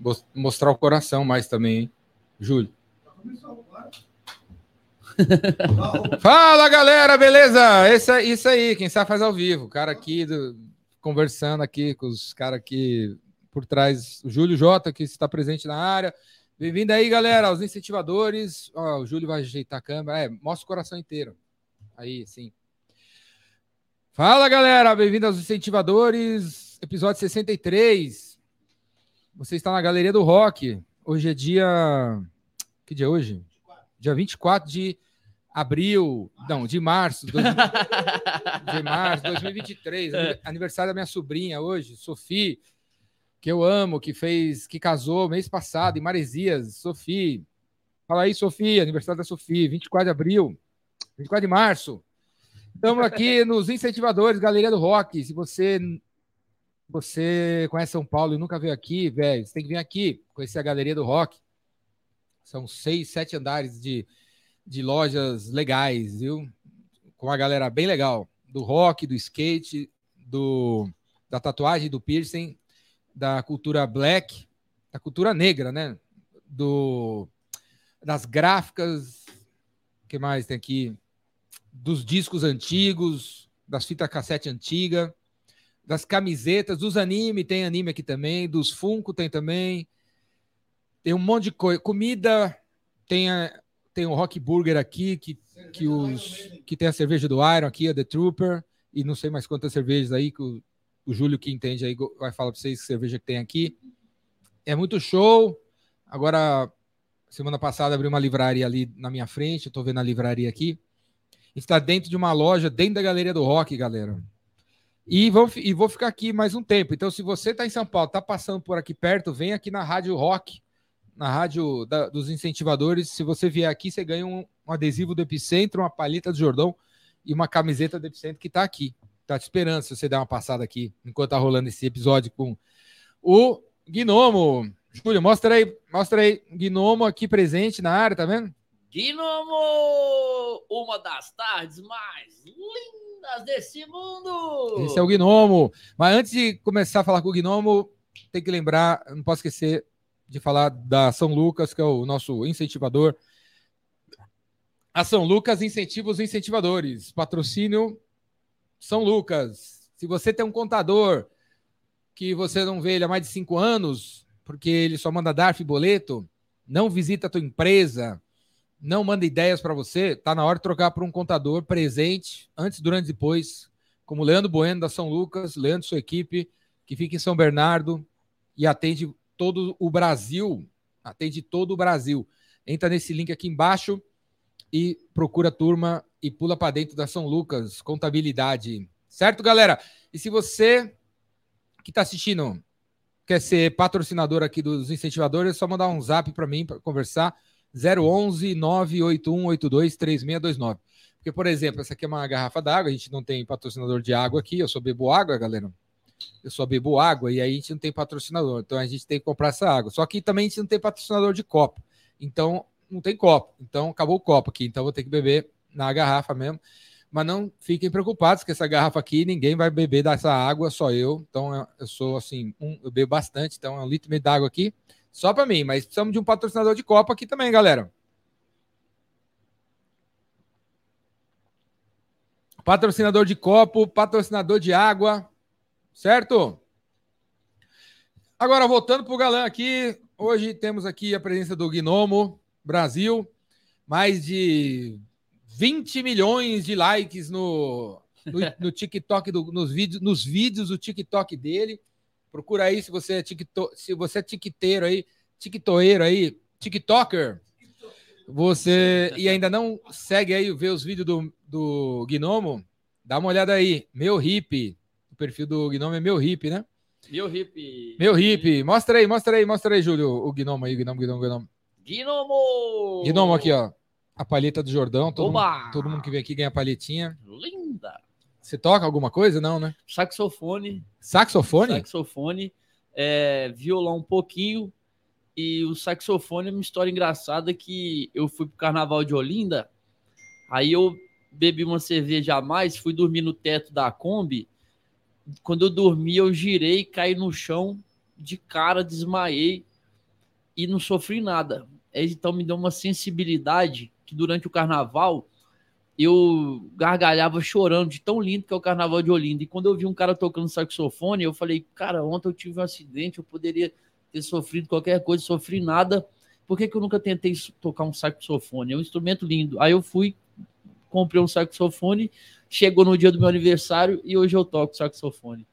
mostrar o coração mais também, hein? Júlio. Fala, galera, beleza? Isso aí, quem sabe faz ao vivo. O cara aqui conversando aqui com os caras aqui por trás, o Júlio Jota, que está presente na área. Bem-vindo aí, galera, aos incentivadores. Ó, o Júlio vai ajeitar a câmera. Mostra o coração inteiro. Aí, sim. Fala, galera, bem-vindo aos incentivadores, episódio 63. Você está na Galeria do Rock. Hoje é dia... Que dia é hoje? 24. Dia 24 de abril, não, de março, de março de 2023, aniversário da minha sobrinha hoje, Sophie, que eu amo, que casou mês passado em Maresias. Sophie, fala aí, Sophie, aniversário da Sophie, 24 de abril, 24 de março. Estamos aqui nos incentivadores, Galeria do Rock. Se você conhece São Paulo e nunca veio aqui, velho, você tem que vir aqui conhecer a Galeria do Rock. São 6, 7 andares de lojas legais, viu? Com a galera bem legal. Do rock, do skate, da tatuagem, do piercing, da cultura black, da cultura negra, né? Das gráficas, o que mais tem aqui? Dos discos antigos, das fitas cassete antiga, das camisetas, dos anime, tem anime aqui também, dos Funko tem também. Tem um monte de coisa. Comida, tem o Rock Burger aqui, que tem a cerveja do Iron aqui, a The Trooper, e não sei mais quantas cervejas aí, que o Júlio que entende aí vai falar para vocês que cerveja que tem aqui. É muito show. Agora, semana passada abri uma livraria ali na minha frente, eu tô vendo a livraria aqui. Está dentro de uma loja, dentro da Galeria do Rock, galera. E vou ficar aqui mais um tempo. Então, se você está em São Paulo, está passando por aqui perto, vem aqui na Rádio Rock, na rádio dos incentivadores. Se você vier aqui, você ganha um adesivo do Epicentro, uma palheta do Jordão e uma camiseta do Epicentro que está aqui. Está te esperando se você der uma passada aqui, enquanto está rolando esse episódio com o Gnomo. Júlio, mostra aí. Gnomo aqui presente na área, tá vendo? Gnomo! Uma das tardes mais lindas desse mundo! Esse é o Gnomo. Mas antes de começar a falar com o Gnomo, tem que lembrar, não posso esquecer de falar da São Lucas, que é o nosso incentivador. A São Lucas incentiva os incentivadores. Patrocínio São Lucas. Se você tem um contador que você não vê ele há mais de 5 anos, porque ele só manda DARF e boleto, não visita a tua empresa, não manda ideias para você, tá na hora de trocar por um contador presente, antes, durante e depois, como Leandro Bueno da São Lucas, Leandro e sua equipe, que fica em São Bernardo e atende todo o Brasil. Entra nesse link aqui embaixo e procura a turma e pula para dentro da São Lucas, contabilidade. Certo, galera? E se você que está assistindo quer ser patrocinador aqui dos incentivadores, é só mandar um zap para mim para conversar, 011 981 82 3629. Porque, por exemplo, essa aqui é uma garrafa d'água, a gente não tem patrocinador de água aqui, eu só bebo água, galera. Eu só bebo água e aí a gente não tem patrocinador, então a gente tem que comprar essa água. Só que também a gente não tem patrocinador de copo, então não tem copo, então acabou o copo aqui, então vou ter que beber na garrafa mesmo. Mas não fiquem preocupados que essa garrafa aqui ninguém vai beber dessa água, só eu. Então eu sou assim, eu bebo bastante, então é 1,5 litro d'água aqui, só para mim, mas precisamos de um patrocinador de copo aqui também, galera. Patrocinador de copo, patrocinador de água, certo? Agora, voltando para o galã aqui, hoje temos aqui a presença do Gnomo Brasil, mais de 20 milhões de likes no TikTok, nos vídeos do TikTok dele. Procura aí se você é tiktoker aí, TikToker, você e ainda não segue aí, vê os vídeos do Gnomo, dá uma olhada aí, Meu Hippie. O perfil do Gnomo é Meu Hippie, né? Meu hippie. Meu Hippie. Mostra aí, Júlio, o Gnomo aí, Gnomo. Gnomo aqui, ó. A palheta do Jordão. Todo mundo que vem aqui ganha a palhetinha. Linda. Você toca alguma coisa? Não, né? Saxofone. Saxofone? Saxofone. Violão um pouquinho. E o saxofone é uma história engraçada que eu fui pro Carnaval de Olinda. Aí eu bebi uma cerveja a mais, fui dormir no teto da Kombi. Quando eu dormi, eu girei, caí no chão, de cara, desmaiei. e não sofri nada. Então me deu uma sensibilidade que durante o carnaval eu gargalhava chorando de tão lindo que é o carnaval de Olinda. E quando eu vi um cara tocando saxofone, eu falei, cara, ontem eu tive um acidente, eu poderia ter sofrido qualquer coisa, sofri nada. Por que eu nunca tentei tocar um saxofone? É um instrumento lindo. Aí eu fui, comprei um saxofone, chegou no dia do meu aniversário e hoje eu toco saxofone.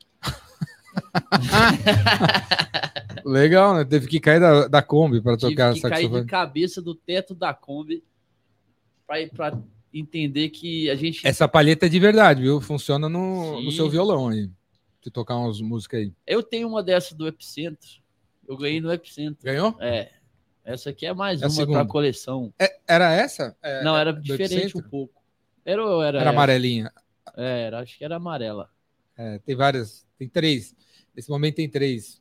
Legal, né? Teve que cair da Kombi para tocar saxofone. Tive que cair de cabeça do teto da Kombi para entender que a gente... Essa palheta é de verdade, viu? Funciona no seu violão aí. Se tocar umas músicas aí. Eu tenho uma dessa do Epicentro. Eu ganhei no Epicentro. Ganhou? É. Essa aqui é mais uma para coleção. Era essa? Não, era diferente um pouco. Era amarelinha. Acho que era amarela. Tem várias. Tem 3. Nesse momento tem 3.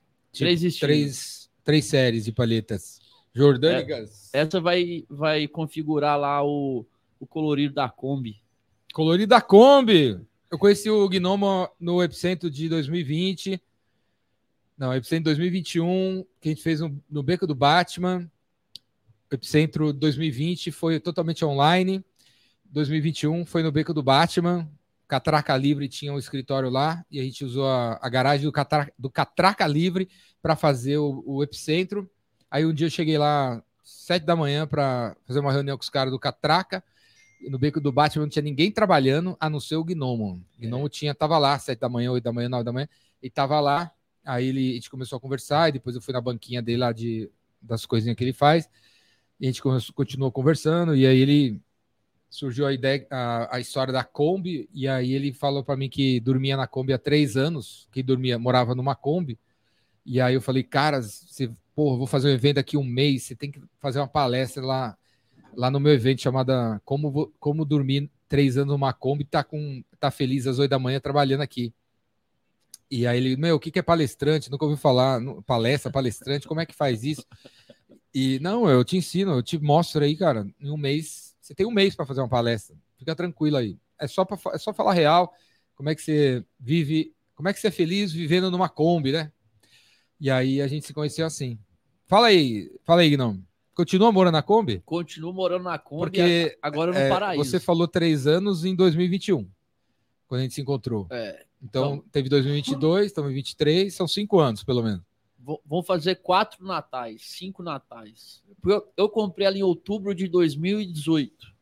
Três séries de palhetas jordânicas. Essa vai configurar lá o colorido da Kombi. Colorido da Kombi! Eu conheci o Gnomo no Epicentro de 2020. Não, Epicentro 2021, que a gente fez no Beco do Batman. Epicentro 2020 foi totalmente online. 2021 foi no Beco do Batman. Catraca Livre tinha um escritório lá e a gente usou a garagem do Catraca Livre para fazer o Epicentro. Aí um dia eu cheguei lá 7 da manhã para fazer uma reunião com os caras do Catraca. E no Beco do Batman não tinha ninguém trabalhando, a não ser o Gnomo. O Gnomo tava lá 7 da manhã, 8 da manhã, 9 da manhã, e tava lá. Aí a gente começou a conversar e depois eu fui na banquinha dele lá das coisinhas que ele faz. E a gente continuou conversando e aí surgiu a ideia, a história da Kombi, e aí ele falou para mim que dormia na Kombi há 3 anos, que morava numa Kombi, e aí eu falei, cara, vou fazer um evento aqui um mês, você tem que fazer uma palestra lá no meu evento chamada Como Dormir 3 anos numa Kombi, tá feliz às 8 da manhã trabalhando aqui. E aí ele, o que é palestrante? Nunca ouvi falar, palestrante, como é que faz isso? E não, eu te ensino, eu te mostro aí, cara, em um mês. Você tem um mês para fazer uma palestra. Fica tranquilo aí. É só falar real. Como é que você vive? Como é que você é feliz vivendo numa Kombi, né? E aí a gente se conheceu assim. Fala aí, Gnome. Continua morando na Kombi? Continuo morando na Kombi, porque agora no Paraíso. Você falou 3 anos em 2021, quando a gente se encontrou. Então teve 2022, estamos em 2023, são 5 anos, pelo menos. Vão fazer 4 natais, 5 natais. Eu comprei ela em outubro de 2018.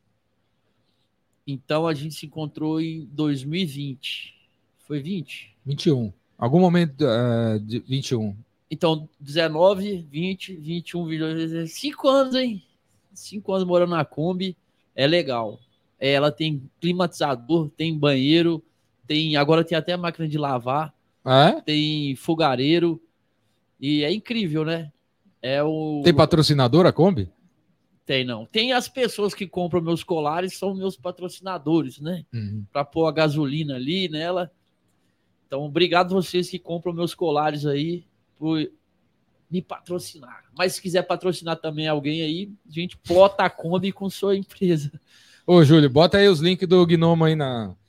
Então a gente se encontrou em 2020. Foi 20? 21. Algum momento de 21. Então, 19, 20, 21, 22, 5 anos, hein? 5 anos morando na Kombi. É legal. Ela tem climatizador, tem banheiro, agora tem até máquina de lavar, tem fogareiro. E é incrível, né? Tem patrocinador a Kombi? Tem, não. Tem as pessoas que compram meus colares, são meus patrocinadores, né? Para pôr a gasolina ali nela. Então, obrigado vocês que compram meus colares aí por me patrocinar. Mas se quiser patrocinar também alguém aí, a gente plota a Kombi com sua empresa. Ô, Júlio, bota aí os links do Gnomo aí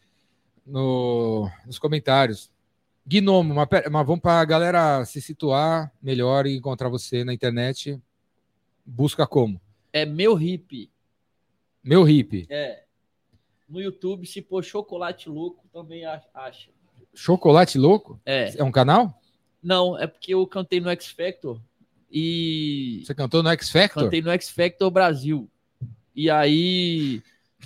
nos comentários. Gnomo, mas vamos para a galera se situar melhor e encontrar você na internet. Busca como? É Meu Hip. Meu Hip. No YouTube, se pôr Chocolate Louco, também acha. Chocolate Louco? É um canal? Não, é porque eu cantei no X Factor e... Você cantou no X Factor? Cantei no X Factor Brasil. E aí...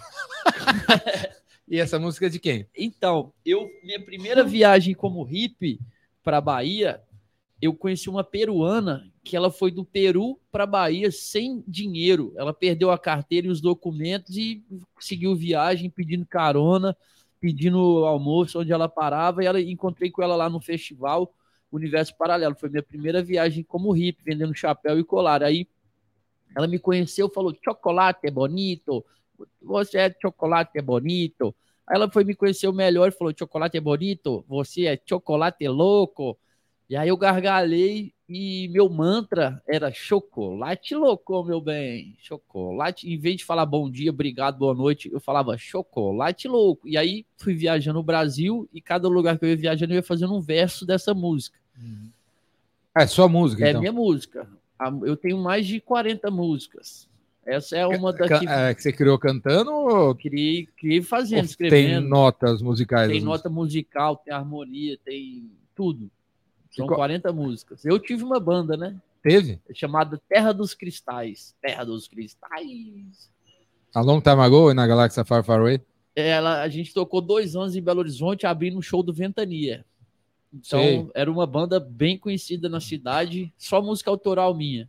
E essa música é de quem? Então, minha primeira viagem como hippie para Bahia, eu conheci uma peruana que ela foi do Peru para Bahia sem dinheiro. Ela perdeu a carteira e os documentos e seguiu viagem pedindo carona, pedindo almoço onde ela parava, e encontrei com ela lá no festival Universo Paralelo. Foi minha primeira viagem como hippie, vendendo chapéu e colar. Aí ela me conheceu, falou, chocolate é bonito, você é chocolate é bonito. Aí ela foi me conhecer melhor e falou, chocolate é bonito, você é chocolate louco. E aí eu gargalhei e meu mantra era chocolate louco, meu bem. Chocolate, em vez de falar bom dia, obrigado, boa noite, eu falava chocolate louco. E aí fui viajando no Brasil e cada lugar que eu ia viajando eu ia fazendo um verso dessa música. É sua música, então? É minha música. Eu tenho mais de 40 músicas. Essa é uma daqui. Que você criou cantando ou Criei fazendo, tem escrevendo. notas musicais? Tem nota musical, tem harmonia, tem tudo. São 40 músicas. Eu tive uma banda, né? Teve? Chamada Terra dos Cristais. Terra dos Cristais. A Long Time Ago, na Galáxia Far Far Away? A gente tocou 2 anos em Belo Horizonte, abrindo um show do Ventania. Então, Sei. era uma banda bem conhecida na cidade, só música autoral minha.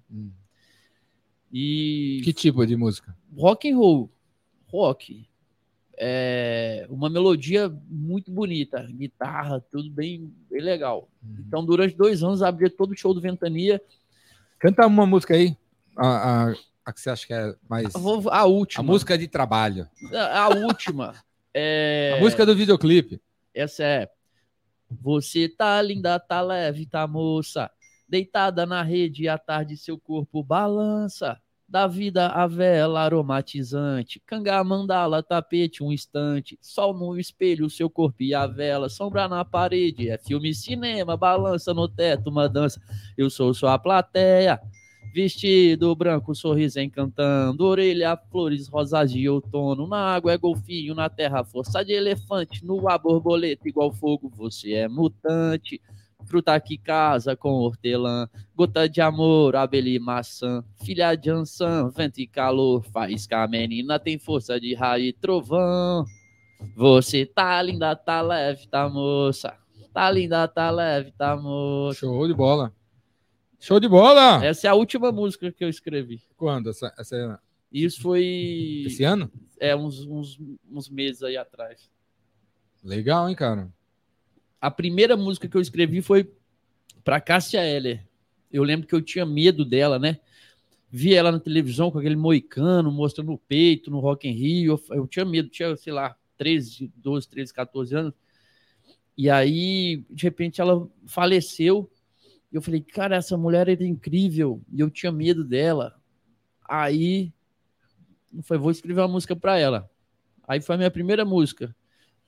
E que tipo de música? Rock and roll. Rock. Uma melodia muito bonita, guitarra, tudo bem legal. Então, durante 2 anos, abria todo o show do Ventania. Canta uma música aí, a que você acha que é mais... A última. A música de trabalho. A última. A música do videoclipe. Essa é: você tá linda, tá leve, tá moça, deitada na rede, à tarde seu corpo balança. Da vida a vela aromatizante, canga, mandala, tapete, um instante, sol no espelho, seu corpo e a vela, sombra na parede, é filme, cinema, balança no teto, uma dança, eu sou sua plateia, vestido branco, sorriso encantando, orelha, flores, rosas de outono, na água é golfinho, na terra força de elefante, no ar borboleta igual fogo, você é mutante. Fruta que casa com hortelã, gota de amor, abelha e maçã, filha de ançã, vento e calor, faísca a menina tem força de raio e trovão. Você tá linda, tá leve, tá moça, tá linda, tá leve, tá moça. Show de bola. Show de bola! Essa é a última música que eu escrevi. Quando? Isso foi... Esse ano? Uns meses aí atrás. Legal, hein, cara? A primeira música que eu escrevi foi para Cássia Eller. Eu lembro que eu tinha medo dela, né? Vi ela na televisão com aquele moicano, mostrando o peito no Rock in Rio. Eu tinha medo, tinha, sei lá, 12, 13, 14 anos. E aí, de repente, ela faleceu. E eu falei, cara, essa mulher era incrível. E eu tinha medo dela. Aí, eu falei, vou escrever uma música para ela. Aí foi a minha primeira música.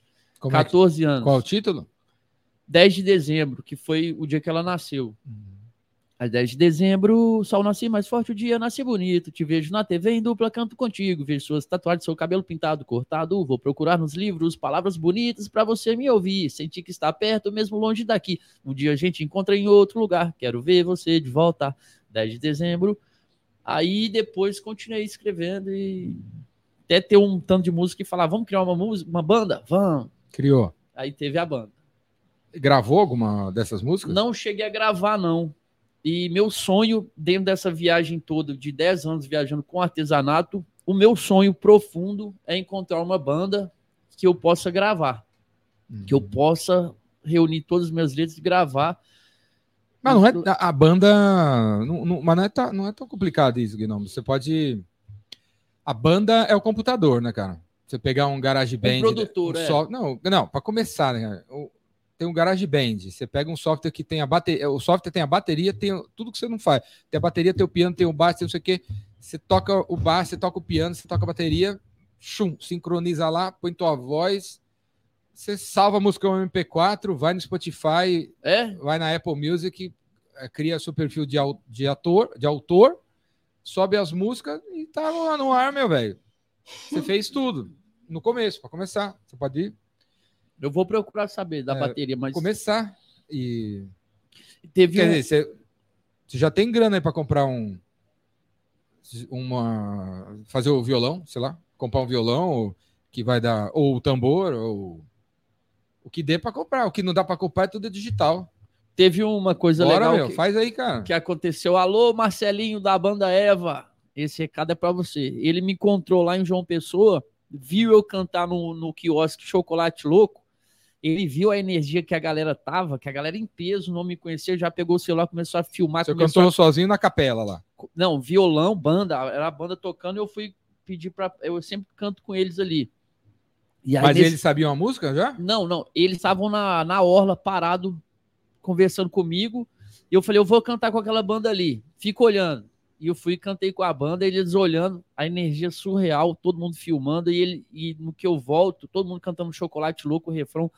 14 anos. Qual o título? 10 de dezembro, que foi o dia que ela nasceu. Às 10 de dezembro, o sol nasce mais forte, o dia nasce bonito. Te vejo na TV em dupla, canto contigo. Vejo suas tatuagens, seu cabelo pintado, cortado. Vou procurar nos livros palavras bonitas pra você me ouvir. Sentir que está perto, mesmo longe daqui. Um dia a gente encontra em outro lugar. Quero ver você de volta. 10 de dezembro. Aí depois continuei escrevendo e até ter um tanto de música e falar, vamos criar uma música, uma banda? Vamos. Criou. Aí teve a banda. Gravou alguma dessas músicas? Não cheguei a gravar, não. E meu sonho, dentro dessa viagem toda, de 10 anos viajando com artesanato, o meu sonho profundo é encontrar uma banda que eu possa gravar. Que eu possa reunir todas as minhas letras e gravar. Mas não é a banda... mas não é tão complicado isso, Gnome. Você pode... A banda é o computador, né, cara? Você pegar um GarageBand... produtor, Não, para começar, né? Tem um GarageBand, você pega um software que tem a bateria, o software tem a bateria, tem tudo que você não faz. Tem a bateria, tem o piano, tem o baixo, tem não sei o quê. Você toca o baixo, você toca o piano, você toca a bateria, sincroniza lá, põe tua voz, você salva a música no MP4, vai no Spotify, vai na Apple Music, cria seu perfil de autor, sobe as músicas e tá lá no ar, meu velho. Você fez tudo no começo, para começar. Você pode ir. Eu vou procurar saber da bateria, mas... Começar e... Quer dizer, você já tem grana aí para comprar fazer o violão, sei lá, comprar um violão que vai dar, ou o tambor, ou o que dê para comprar. O que não dá para comprar é tudo digital. Teve uma coisa legal faz aí, cara. Que aconteceu. Alô, Marcelinho da banda Eva. Esse recado é para você. Ele me encontrou lá em João Pessoa, viu eu cantar no quiosque Chocolate Louco. Ele viu a energia que a galera tava, que a galera em peso não me conhecia, já pegou o celular, começou a filmar. Você cantou sozinho na capela lá? Não, violão, banda, era a banda tocando e eu fui pedir para... Eu sempre canto com eles ali. E aí, mas eles sabiam a música já? Não, eles estavam na orla, parado, conversando comigo, e eu falei, eu vou cantar com aquela banda ali, fica olhando. E eu fui e cantei com a banda, eles olhando, a energia surreal, todo mundo filmando, e no que eu volto, todo mundo cantando Chocolate Louco, o refrão.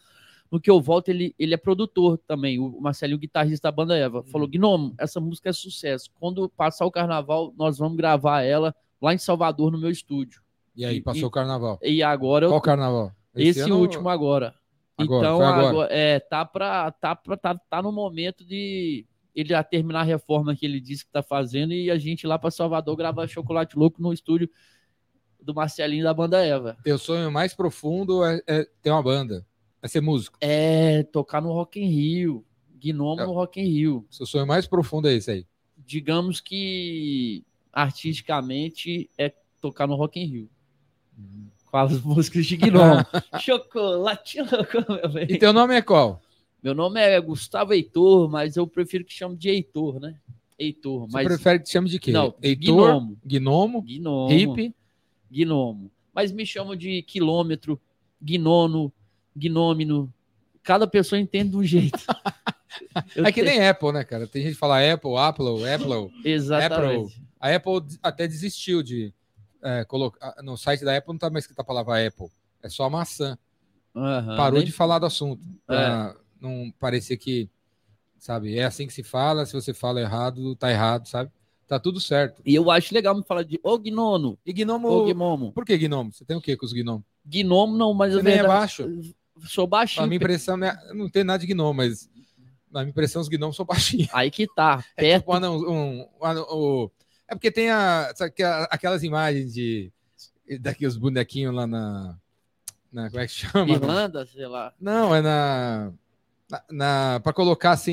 no que eu volto, ele é produtor também, o Marcelinho, guitarrista da banda Eva. Falou, Gnomo, essa música é sucesso. Quando passar o carnaval, nós vamos gravar ela lá em Salvador, no meu estúdio. E aí, passou o carnaval. E agora Qual carnaval? Esse último agora. Agora, então, agora tá no momento de ele já terminar a reforma que ele disse que tá fazendo e a gente ir lá para Salvador gravar Chocolate Louco no estúdio do Marcelinho da banda Eva. Teu sonho mais profundo é ter uma banda, é ser músico. É, tocar no Rock in Rio, Gnomo no Rock in Rio. Seu sonho mais profundo é esse aí? Digamos que artisticamente é tocar no Rock in Rio. Com as músicas de Gnomo. Chocolate Louco, meu bem. E teu nome é qual? Meu nome é Gustavo Heitor, mas eu prefiro que chame de Heitor, né? Heitor. Você prefere que te chame de quê? Não, Heitor, Gnomo. Hippie. Gnomo. Mas me chamam de quilômetro, gnono, gnômino. Cada pessoa entende de um jeito. É que nem Apple, né, cara? Tem gente que fala Apple. Exatamente. Apple. A Apple até desistiu de colocar... No site da Apple não tá mais escrita a palavra Apple. É só maçã. Parou de falar do assunto. Pra não parecer que, sabe, é assim que se fala. Se você fala errado, tá errado, sabe? Tá tudo certo. E eu acho legal me falar de gnono. E gnomo... Gnomo. Por que gnomo? Você tem o que com os gnomos? Gnomo não, mas... Você nem é baixo? Sou baixinho. A minha impressão não tem nada de gnomo, mas na minha impressão os gnomos são baixinhos. Aí que tá. É tipo é porque tem aquelas imagens daqui os bonequinhos lá na como é que chama? Irlanda, sei lá. Não, é para colocar assim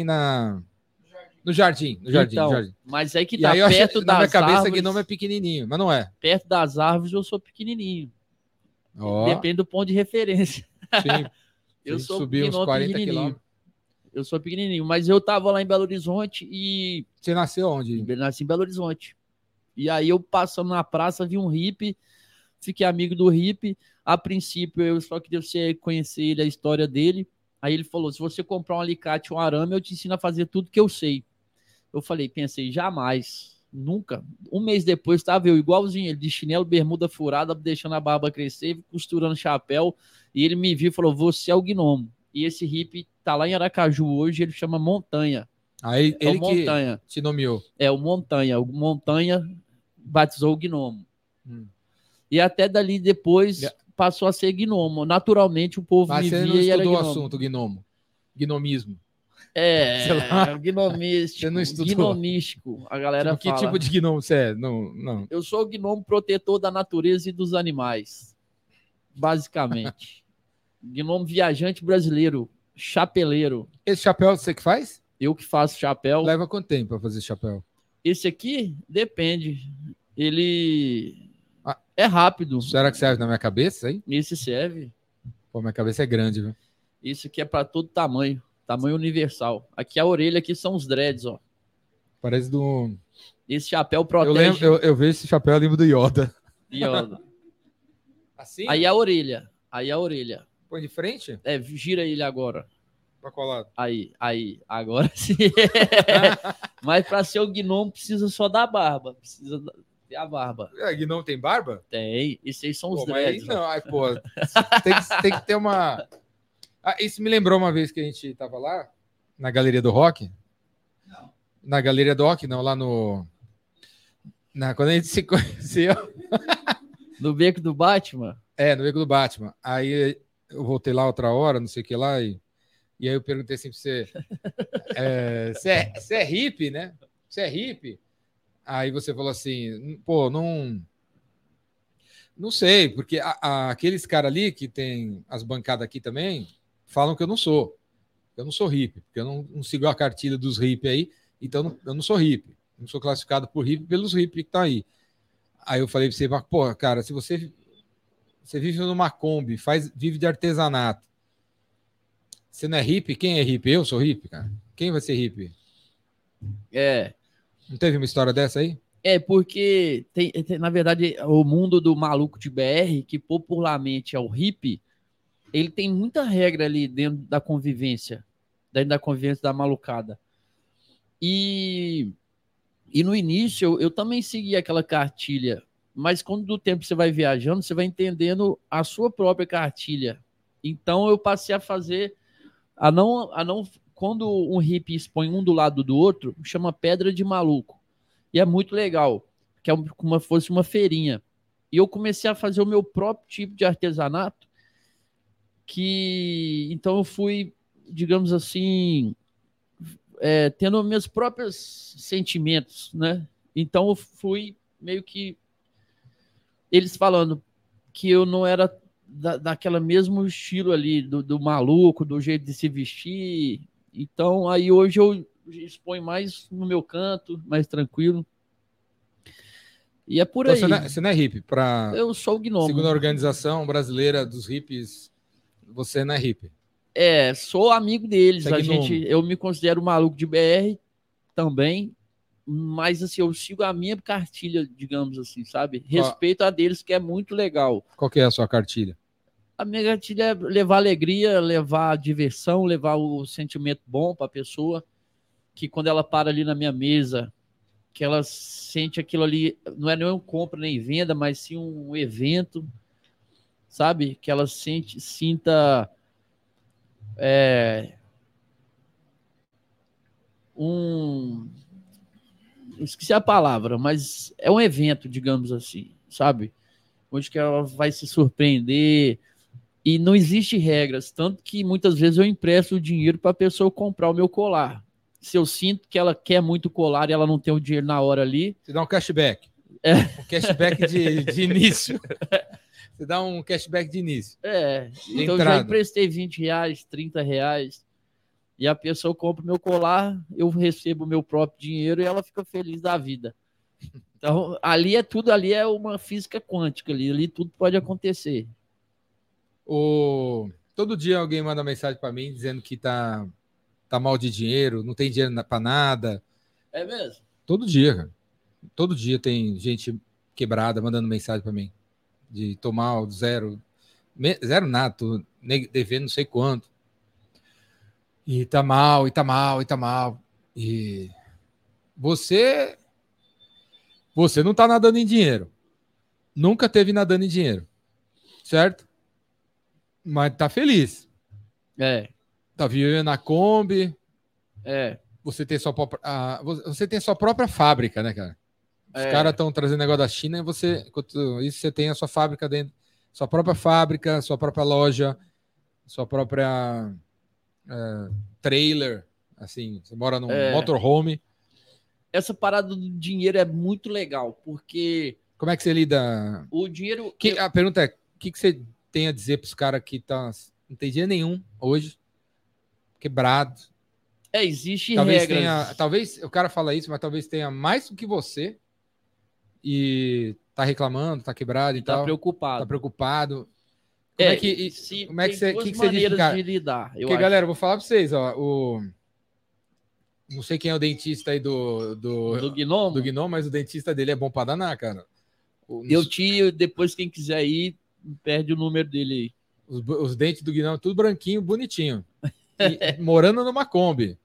no jardim. Então, mas aí que tá, aí perto das na minha cabeça árvores, gnomo é pequenininho, mas não é. Perto das árvores eu sou pequenininho. Depende do ponto de referência. Sim. Eu sou subir uns 40 quilômetros. Eu sou pequenininho, mas eu tava lá em Belo Horizonte e... Você nasceu onde? Eu nasci em Belo Horizonte. E aí eu passando na praça, vi um hippie, fiquei amigo do hippie. A princípio eu só queria conhecer ele, a história dele. Aí ele falou, se você comprar um alicate, um arame, eu te ensino a fazer tudo que eu sei. Eu pensei, jamais, nunca. Um mês depois estava eu igualzinho, ele de chinelo, bermuda furada, deixando a barba crescer, costurando chapéu. E ele me viu e falou, você é o gnomo. E esse hippie tá lá em Aracaju hoje, ele chama Montanha. Aí ele Montanha. Que te nomeou. É o Montanha. O Montanha batizou o gnomo. E até dali depois passou a ser gnomo. Naturalmente o povo me via e era gnomo. Mas você não estudou o assunto gnomo? Gnomismo? Gnomístico. Você não estudou? Gnomístico. A galera fala. Que tipo de gnomo você é? Não. Eu sou o gnomo protetor da natureza e dos animais. Basicamente. Gnomo viajante brasileiro. Chapeleiro. Esse chapéu você que faz? Eu que faço chapéu. Leva quanto tempo para fazer chapéu? Esse aqui depende. Ele é rápido. Será que serve na minha cabeça, hein? Esse serve. Pô, minha cabeça é grande, viu? Isso aqui é para todo tamanho. Tamanho universal. Aqui a orelha, aqui são os dreads, ó. Parece do... Esse chapéu protege... Eu vejo esse chapéu, eu lembro do Yoda. Yoda. Assim? Aí a orelha. Põe de frente? Gira ele agora. Pra qual lado? Aí. Agora sim. Mas para ser o gnomo precisa só da barba. Precisa ter a barba. Gnomo tem barba? Tem. Esses aí são os dreads. Não, tem que ter uma... isso me lembrou uma vez que a gente tava lá, na Galeria do Rock. Não. Na Galeria do Rock, não, lá quando a gente se conheceu. No Beco do Batman? No Beco do Batman. Aí eu voltei lá outra hora, não sei o que lá, e aí eu perguntei assim pra você, você é hippie, né? Você é hippie? Aí você falou assim, pô, não sei, porque aqueles caras ali que tem as bancadas aqui também, falam que eu não sou hippie, porque eu não sigo a cartilha dos hippies aí, então eu não sou hippie, não sou classificado por hippie pelos hippies que estão aí. Aí eu falei pra você, pô, cara, se você vive numa Kombi, vive de artesanato, você não é hippie? Quem é hippie? Eu sou hippie, cara. Quem vai ser hippie? Não teve uma história dessa aí? Porque tem, na verdade, o mundo do maluco de BR, que popularmente é o hippie, ele tem muita regra ali dentro da convivência da malucada. E no início eu também seguia aquela cartilha, mas quando do tempo você vai viajando, você vai entendendo a sua própria cartilha. Então eu passei a fazer quando um hippie expõe um do lado do outro, chama Pedra de Maluco. E é muito legal, que é como se fosse uma feirinha. E eu comecei a fazer o meu próprio tipo de artesanato, então eu fui, digamos assim, tendo meus próprios sentimentos, né? Então eu fui meio que eles falando que eu não era daquela mesmo estilo ali, do maluco, do jeito de se vestir. Então, aí hoje eu exponho mais no meu canto, mais tranquilo. E é por Então, aí. você não é hippie. Eu sou o Gnomo. Segundo a Organização Brasileira dos Hippies, você não é hippie. Sou amigo deles. Você é Eu me considero maluco de BR também, mas assim, eu sigo a minha cartilha, digamos assim, sabe? Respeito a deles, que é muito legal. Qual que é a sua cartilha? A minha cartilha é levar alegria, levar diversão, levar o sentimento bom para a pessoa, que quando ela para ali na minha mesa, que ela sente aquilo ali, não é nem um compra nem venda, mas sim um evento, sabe? Que ela sinta esqueci a palavra, mas é um evento, digamos assim, sabe? Onde que ela vai se surpreender e não existe regras, tanto que muitas vezes eu empresto o dinheiro para a pessoa comprar o meu colar. Se eu sinto que ela quer muito colar e ela não tem o dinheiro na hora ali... Você dá um cashback. Um cashback de início. Você dá um cashback de início. Então eu já emprestei R$20, R$30, e a pessoa compra o meu colar, eu recebo o meu próprio dinheiro e ela fica feliz da vida. Então, ali é uma física quântica, ali tudo pode acontecer. Todo dia alguém manda mensagem para mim dizendo que tá mal de dinheiro, não tem dinheiro para nada. É mesmo? Todo dia, cara. Todo dia tem gente quebrada mandando mensagem para mim de tomar o zero nada, tô devendo não sei quanto. E tá mal, e tá mal, e tá mal. E você não tá nadando em dinheiro. Nunca teve nadando em dinheiro. Certo? Mas tá feliz. Tá vivendo na Kombi. Você tem sua própria fábrica, né, cara? Os caras estão trazendo negócio da China e enquanto isso, você tem a sua fábrica dentro, sua própria fábrica, sua própria loja, sua própria trailer, assim, você mora num motorhome. Essa parada do dinheiro é muito legal, porque... Como é que você lida? O dinheiro... A pergunta é, o que você tem a dizer para os caras que não tem dinheiro nenhum hoje, quebrado? Existe regras. Talvez o cara fala isso, mas talvez tenha mais do que você e tá reclamando, tá quebrado e tal. Tá preocupado. Tá preocupado. Como é que você diz, cara? De lidar, Porque, galera, eu vou falar para vocês, ó, não sei quem é o dentista aí do Gnomo, mas o dentista dele é bom para danar, cara. Depois quem quiser ir, perde o número dele aí. Os dentes do Gnomo, tudo branquinho, bonitinho. Morando numa Kombi.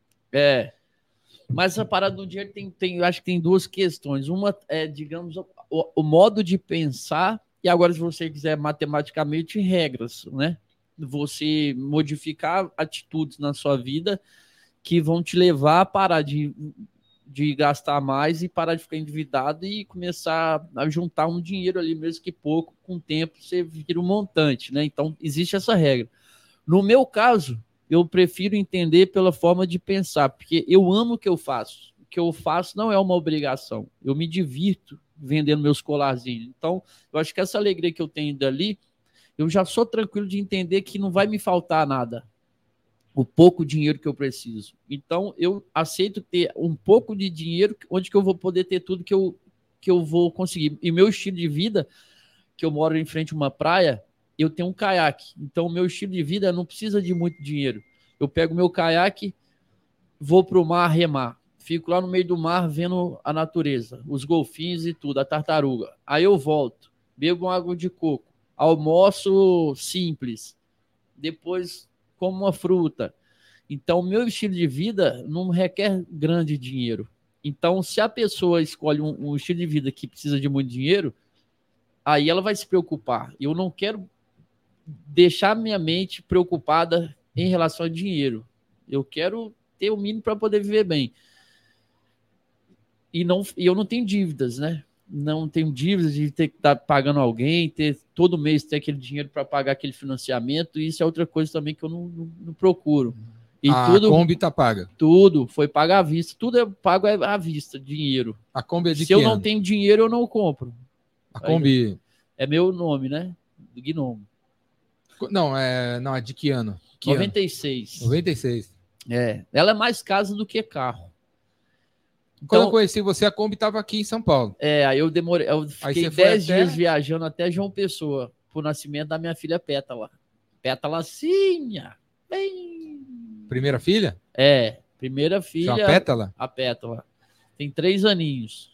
Mas essa parada do dinheiro eu acho que tem duas questões. Uma é, digamos, o modo de pensar, e agora, se você quiser matematicamente, regras, né? Você modificar atitudes na sua vida que vão te levar a parar de gastar mais e parar de ficar endividado e começar a juntar um dinheiro ali, mesmo que pouco, com o tempo você vira um montante, né? Então, existe essa regra. No meu caso, eu prefiro entender pela forma de pensar, porque eu amo o que eu faço. O que eu faço não é uma obrigação. Eu me divirto vendendo meus colarzinhos. Então, eu acho que essa alegria que eu tenho dali, eu já sou tranquilo de entender que não vai me faltar nada. O pouco dinheiro que eu preciso. Então, eu aceito ter um pouco de dinheiro onde que eu vou poder ter tudo que eu vou conseguir. E meu estilo de vida, que eu moro em frente a uma praia, eu tenho um caiaque. Então, o meu estilo de vida não precisa de muito dinheiro. Eu pego meu caiaque, vou para o mar remar. Fico lá no meio do mar vendo a natureza, os golfinhos e tudo, a tartaruga. Aí eu volto, bebo uma água de coco, almoço simples, depois como uma fruta. Então, o meu estilo de vida não requer grande dinheiro. Então, se a pessoa escolhe um estilo de vida que precisa de muito dinheiro, aí ela vai se preocupar. Eu não quero deixar minha mente preocupada em relação a dinheiro. Eu quero ter o mínimo para poder viver bem. E eu não tenho dívidas, né? Não tenho dívidas de ter que estar pagando alguém, ter todo mês ter aquele dinheiro para pagar aquele financiamento. E isso é outra coisa também que eu não procuro. E a Kombi tá paga. Tudo foi pago à vista. Tudo é pago à vista, dinheiro. A Kombi é de Se eu não tenho dinheiro, eu não compro. A Kombi... É meu nome, né? Do Gnomo. Não, é de que ano? 96. 96. Ela é mais casa do que carro. Quando eu conheci você, a Kombi estava aqui em São Paulo. Aí eu demorei. Eu fiquei 10 dias viajando até João Pessoa pro nascimento da minha filha Pétala. Pétalacinha. Bem... Primeira filha? Primeira filha. Chama Pétala? A Pétala. Tem 3 aninhos.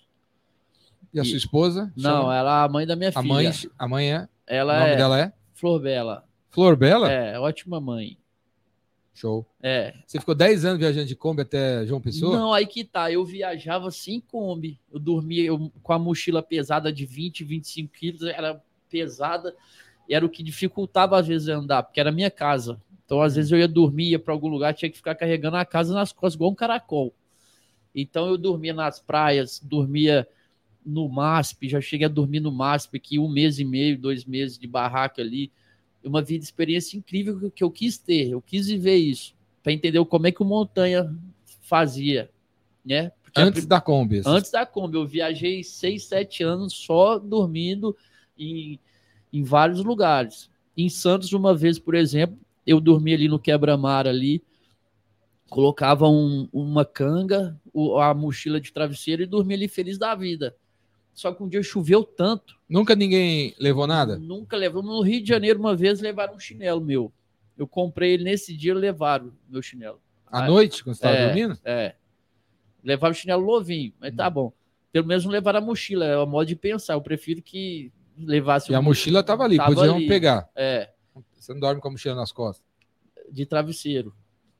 E a sua esposa? Não, ela é a mãe da minha filha. A mãe é? Ela o nome dela é? Flor Bela. Flor Bela? Ótima mãe. Show. Você ficou 10 anos viajando de Kombi até João Pessoa? Não, aí que tá. Eu viajava sem Kombi. Eu dormia com a mochila pesada de 20, 25 quilos. Era pesada. E era o que dificultava às vezes andar, porque era minha casa. Então, às vezes eu ia dormir, ia para algum lugar, tinha que ficar carregando a casa nas costas, igual um caracol. Então, eu dormia nas praias, dormia no MASP, já cheguei a dormir no MASP aqui 1 mês e meio, 2 meses de barraca ali. Uma vida, experiência incrível que eu quis ter, eu quis viver isso, para entender como é que o Montanha fazia, né? Porque antes da Kombi. Antes da Kombi, eu viajei 6, 7 anos só dormindo em vários lugares. Em Santos, uma vez, por exemplo, eu dormia ali no quebra-mar ali, colocava uma canga, a mochila de travesseiro e dormia ali feliz da vida. Só que um dia choveu tanto. Nunca ninguém levou nada? Nunca levou. No Rio de Janeiro, uma vez, levaram um chinelo meu. Eu comprei ele nesse dia, levaram meu chinelo. À noite, quando você estava dormindo? Levaram o chinelo novinho, mas tá bom. Pelo menos não levaram a mochila, é o modo de pensar. Eu prefiro que levasse... E a mochila estava ali, podiam pegar. Você não dorme com a mochila nas costas? De travesseiro.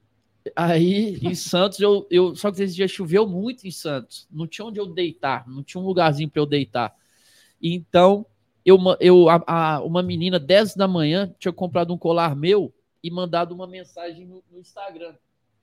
Aí, em Santos, só que esse dia choveu muito em Santos. Não tinha onde eu deitar, não tinha um lugarzinho para eu deitar. Então, uma menina, 10 da manhã, tinha comprado um colar meu e mandado uma mensagem no Instagram.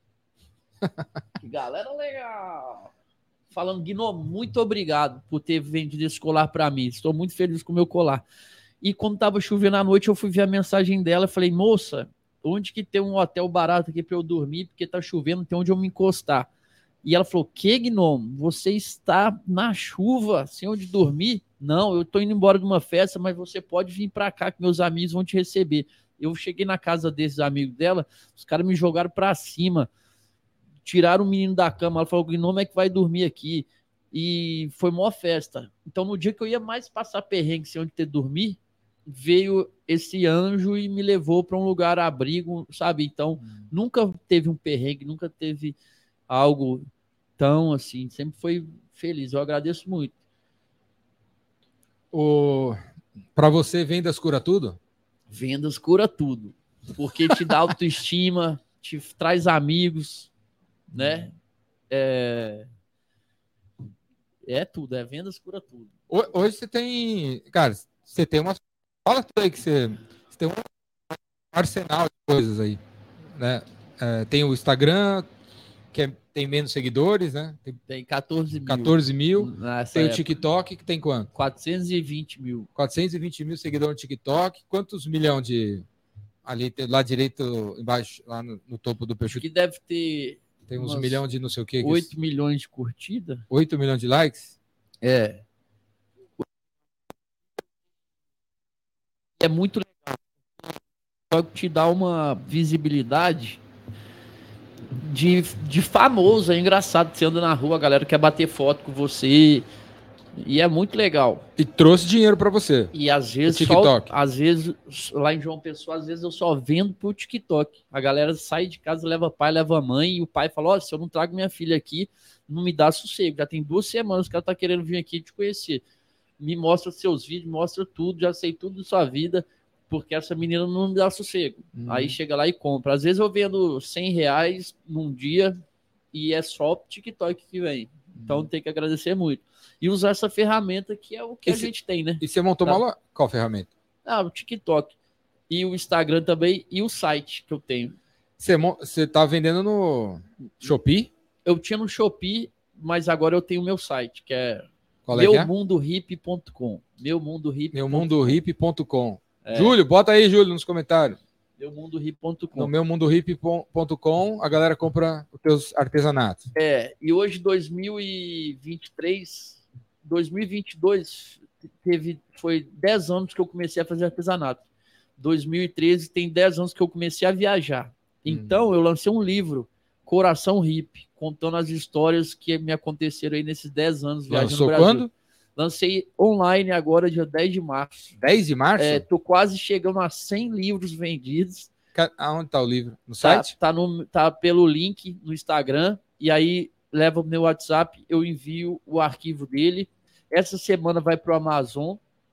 Que galera legal! Falando, Gnomo, muito obrigado por ter vendido esse colar para mim. Estou muito feliz com o meu colar. E quando estava chovendo à noite, eu fui ver a mensagem dela e falei, moça, onde que tem um hotel barato aqui para eu dormir, porque tá chovendo, não tem onde eu me encostar. E ela falou, que Gnomo, você está na chuva, sem onde dormir? Não, eu tô indo embora de uma festa, mas você pode vir para cá que meus amigos vão te receber. Eu cheguei na casa desses amigos dela, os caras me jogaram para cima, tiraram o menino da cama, ela falou, Gnomo é que vai dormir aqui. E foi maior festa. Então no dia que eu ia mais passar perrengue sem onde ter dormir, veio esse anjo e me levou para um lugar abrigo, sabe? Então, nunca teve um perrengue, nunca teve algo tão assim, sempre foi feliz. Eu agradeço muito. Para você, vendas cura tudo? Vendas cura tudo, porque te dá autoestima, te traz amigos, né? Tudo, vendas cura tudo. Hoje você tem, cara, você tem uma... Fala tudo aí que você tem um arsenal de coisas aí, né? Tem o Instagram, que tem menos seguidores, né? Tem 14 mil. 14 mil. Tem época. O TikTok, que tem quanto? 420 mil. 420 mil seguidores no TikTok. Quantos milhões de... Ali, lá direito, embaixo, lá no topo do perfil? Que deve ter... Tem uns milhões de não sei o quê. 8 milhões de curtida. 8 milhões de likes? É muito legal. Só que te dá uma visibilidade de famoso. É engraçado. Você anda na rua, a galera quer bater foto com você. E é muito legal. E trouxe dinheiro para você. E às vezes, TikTok. às vezes, lá em João Pessoa, às vezes eu só vendo pro TikTok. A galera sai de casa, leva pai, leva mãe. E o pai fala, se eu não trago minha filha aqui, não me dá sossego. Já tem 2 semanas que ela tá querendo vir aqui te conhecer. Me mostra seus vídeos, mostra tudo. Já sei tudo da sua vida. Porque essa menina não me dá sossego. Aí chega lá e compra. Às vezes eu vendo R$100 num dia e é só o TikTok que vem. Então tem que agradecer muito. E usar essa ferramenta que é o que a gente tem, né? E você montou qual ferramenta? O TikTok. E o Instagram também e o site que eu tenho. Você tá vendendo no Shopee? Eu tinha no Shopee, mas agora eu tenho o meu site, que é Qual é que é? meumundorip.com. Meumundorip.com. Júlio, bota aí, Júlio, nos comentários. Meumundorip.com. No meumundorip.com a galera compra os teus artesanatos. E hoje, 2023, 2022, foi 10 anos que eu comecei a fazer artesanato. 2013 tem 10 anos que eu comecei a viajar. Então, eu lancei um livro, Coração Hippie, contando as histórias que me aconteceram aí nesses 10 anos viajando no Brasil. Quando? Lancei online agora, dia 10 de março. 10 de março? Tô quase chegando a 100 livros vendidos. Aonde tá o livro? No site? Tá pelo link no Instagram. E aí, leva o meu WhatsApp, eu envio o arquivo dele. Essa semana vai pro Amazon.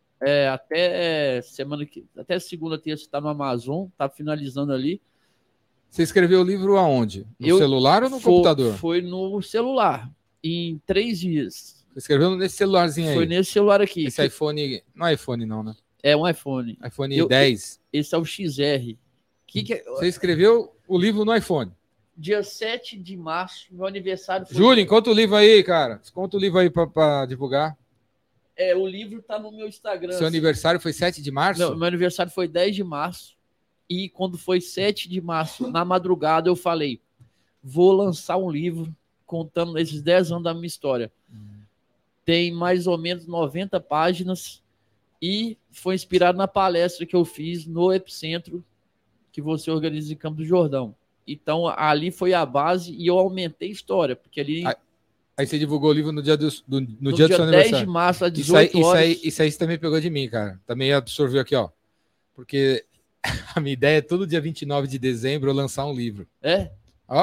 Até segunda, terça está no Amazon. Tá finalizando ali. Você escreveu o livro aonde? No celular ou no computador? Foi no celular. Em 3 dias. Você escreveu nesse celularzinho aí? Foi nesse celular aqui. Esse iPhone... Não é iPhone não, né? É um iPhone. iPhone 10. Esse é o XR. Você escreveu o livro no iPhone? Dia 7 de março, meu aniversário foi... Júlio, conta o livro aí, cara. Conta o livro aí pra divulgar. O livro tá no meu Instagram. Seu aniversário foi 7 de março? Meu aniversário foi 10 de março. E quando foi 7 de março, na madrugada, eu falei, vou lançar um livro contando esses 10 anos da minha história. Tem mais ou menos 90 páginas e foi inspirado na palestra que eu fiz no Epicentro, que você organiza em Campos do Jordão. Então, ali foi a base e eu aumentei a história, porque ali... Aí você divulgou o livro no dia do seu dia aniversário. 10 de março, às 18 horas. Isso aí você também pegou de mim, cara. Também absorveu aqui, ó. Porque a minha ideia é todo dia 29 de dezembro eu lançar um livro. Ó.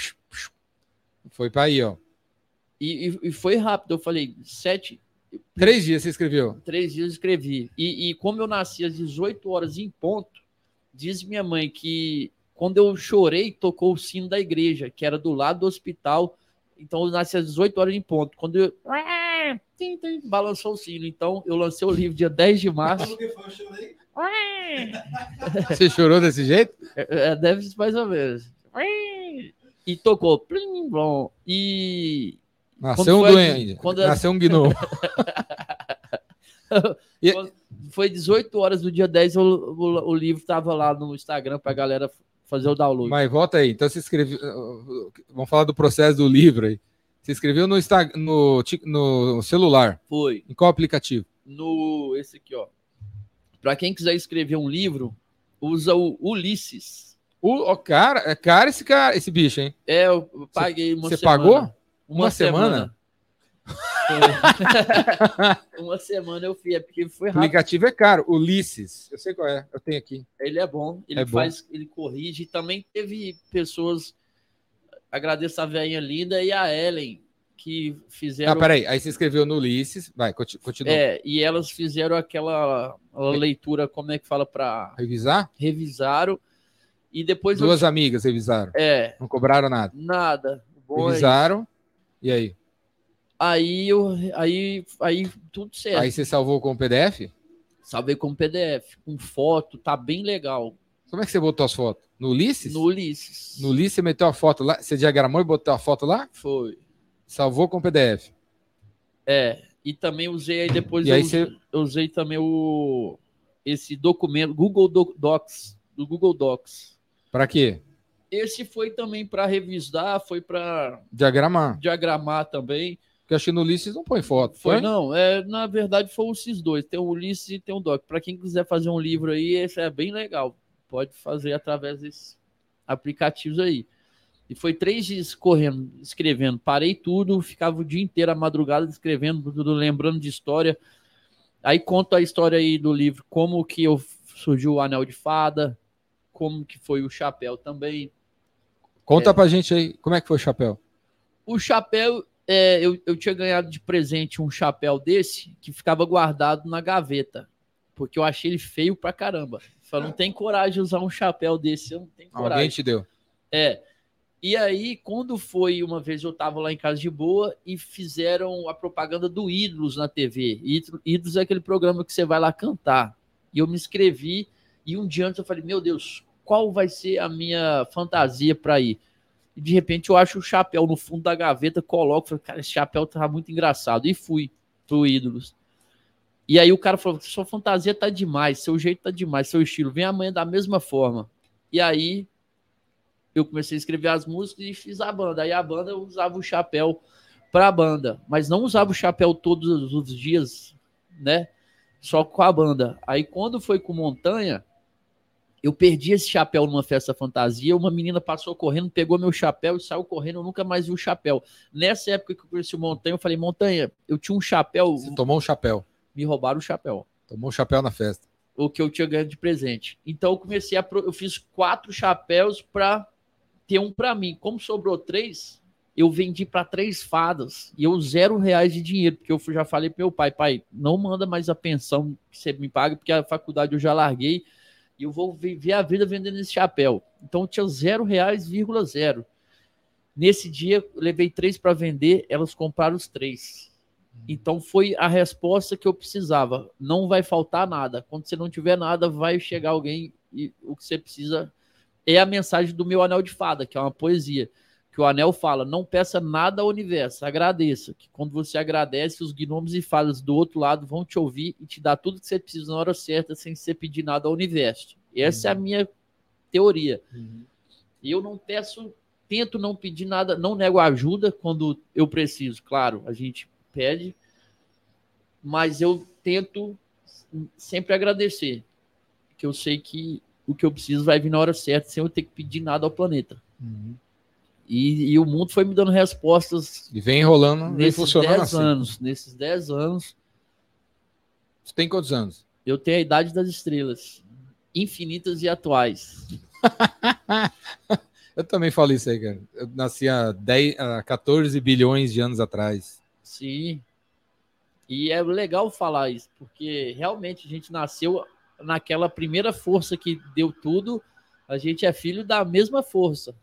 Foi para aí, ó. E foi rápido. Eu falei, 3 dias você escreveu? 3 dias eu escrevi. E como eu nasci às 18 horas em ponto, diz minha mãe que quando eu chorei, tocou o sino da igreja, que era do lado do hospital. Então eu nasci às 18 horas em ponto. Quando eu... balançou o sino. Então eu lancei o livro dia 10 de março. Você chorou desse jeito? Deve ser mais ou menos. E tocou. Plim, blom. E... Nasceu um duende. Nasceu um gnomo. Foi 18 horas do dia 10, o livro estava lá no Instagram para a galera fazer o download. Mas volta aí. Então você escreveu... Vamos falar do processo do livro aí. Você escreveu no celular? Foi. Em qual aplicativo? Esse aqui, ó. Para quem quiser escrever um livro, usa o Ulisses. É caro esse bicho, hein? Eu paguei uma semana. Você pagou? Uma semana? Uma semana eu fiz, porque foi rápido. O aplicativo é caro. Ulisses, eu sei qual é, eu tenho aqui. Ele é bom, ele corrige. Também teve pessoas, agradeço a velhinha linda e a Ellen, que fizeram... peraí, aí você escreveu no Ulisses, vai, continua. E elas fizeram aquela leitura, como é que fala, para... Revisaram. E depois... Duas amigas revisaram. Não cobraram nada. Nada. Revisaram, e aí? Aí tudo certo. Aí você salvou com o PDF? Salvei com PDF, com foto, tá bem legal. Como é que você botou as fotos? No Ulisses? No Ulisses. No Ulisses você meteu a foto lá? Você diagramou e botou a foto lá? Foi. Salvou com o PDF. E também usei aí depois, eu usei também esse documento, Google Docs, do Google Docs. Para quê? Esse foi também para revisar, foi para diagramar também. Porque acho que no Ulisses não põe foto. Não, na verdade foi esses dois, tem o Ulisses e tem o Doc. Para quem quiser fazer um livro aí, esse é bem legal. Pode fazer através desses aplicativos aí. E foi 3 dias correndo, escrevendo. Parei tudo, ficava o dia inteiro, a madrugada, escrevendo, tudo, lembrando de história. Aí conto a história aí do livro, como que surgiu o Anel de Fada, como que foi o chapéu também. Conta pra gente aí, como é que foi o chapéu? O chapéu, eu tinha ganhado de presente um chapéu desse, que ficava guardado na gaveta, porque eu achei ele feio pra caramba. Falei, não tem coragem de usar um chapéu desse, eu não tenho coragem. Alguém te deu? E aí, quando foi uma vez, eu tava lá em casa de boa e fizeram a propaganda do Ídolos na TV. Ídolos é aquele programa que você vai lá cantar. E eu me inscrevi e um dia antes eu falei, meu Deus, qual vai ser a minha fantasia para ir. E de repente eu acho o chapéu no fundo da gaveta, coloco, falei, cara, esse chapéu tá muito engraçado. E fui pro Ídolos. E aí o cara falou, sua fantasia tá demais, seu jeito tá demais, seu estilo, vem amanhã da mesma forma. E aí eu comecei a escrever as músicas e fiz a banda. Aí a banda eu usava o chapéu pra banda, mas não usava o chapéu todos os dias, né? Só com a banda. Aí quando foi com Montanha, eu perdi esse chapéu numa festa fantasia, uma menina passou correndo, pegou meu chapéu e saiu correndo, eu nunca mais vi o chapéu. Nessa época que eu conheci o Montanha, eu falei, Montanha, eu tinha um chapéu... Você tomou um chapéu. Me roubaram o chapéu. Tomou um chapéu na festa. O que eu tinha ganho de presente. Então eu comecei eu fiz 4 chapéus para ter um para mim. Como sobrou 3, eu vendi para 3 fadas e eu R$0 de dinheiro, porque eu já falei pro meu pai, não manda mais a pensão que você me paga, porque a faculdade eu já larguei e eu vou viver a vida vendendo esse chapéu. Então eu tinha R$0,0. Nesse dia, eu levei 3 para vender, elas compraram os 3. Então foi a resposta que eu precisava. Não vai faltar nada. Quando você não tiver nada, vai chegar alguém e o que você precisa é a mensagem do meu Anel de Fada, que é uma poesia. Que o anel fala, não peça nada ao universo, agradeça. Que quando você agradece, os gnomos e fadas do outro lado vão te ouvir e te dar tudo que você precisa na hora certa, sem você pedir nada ao universo. Essa é a minha teoria. E eu não peço, tento não pedir nada, não nego ajuda quando eu preciso. Claro, a gente pede, mas eu tento sempre agradecer, porque eu sei que o que eu preciso vai vir na hora certa, sem eu ter que pedir nada ao planeta. E o mundo foi me dando respostas. E vem enrolando, vem funcionando 10 anos. Nesses 10 anos. Você tem quantos anos? Eu tenho a idade das estrelas, infinitas e atuais. Eu também falo isso aí, cara. Eu nasci há 14 bilhões de anos atrás. Sim. E é legal falar isso, porque realmente a gente nasceu naquela primeira força que deu tudo, a gente é filho da mesma força.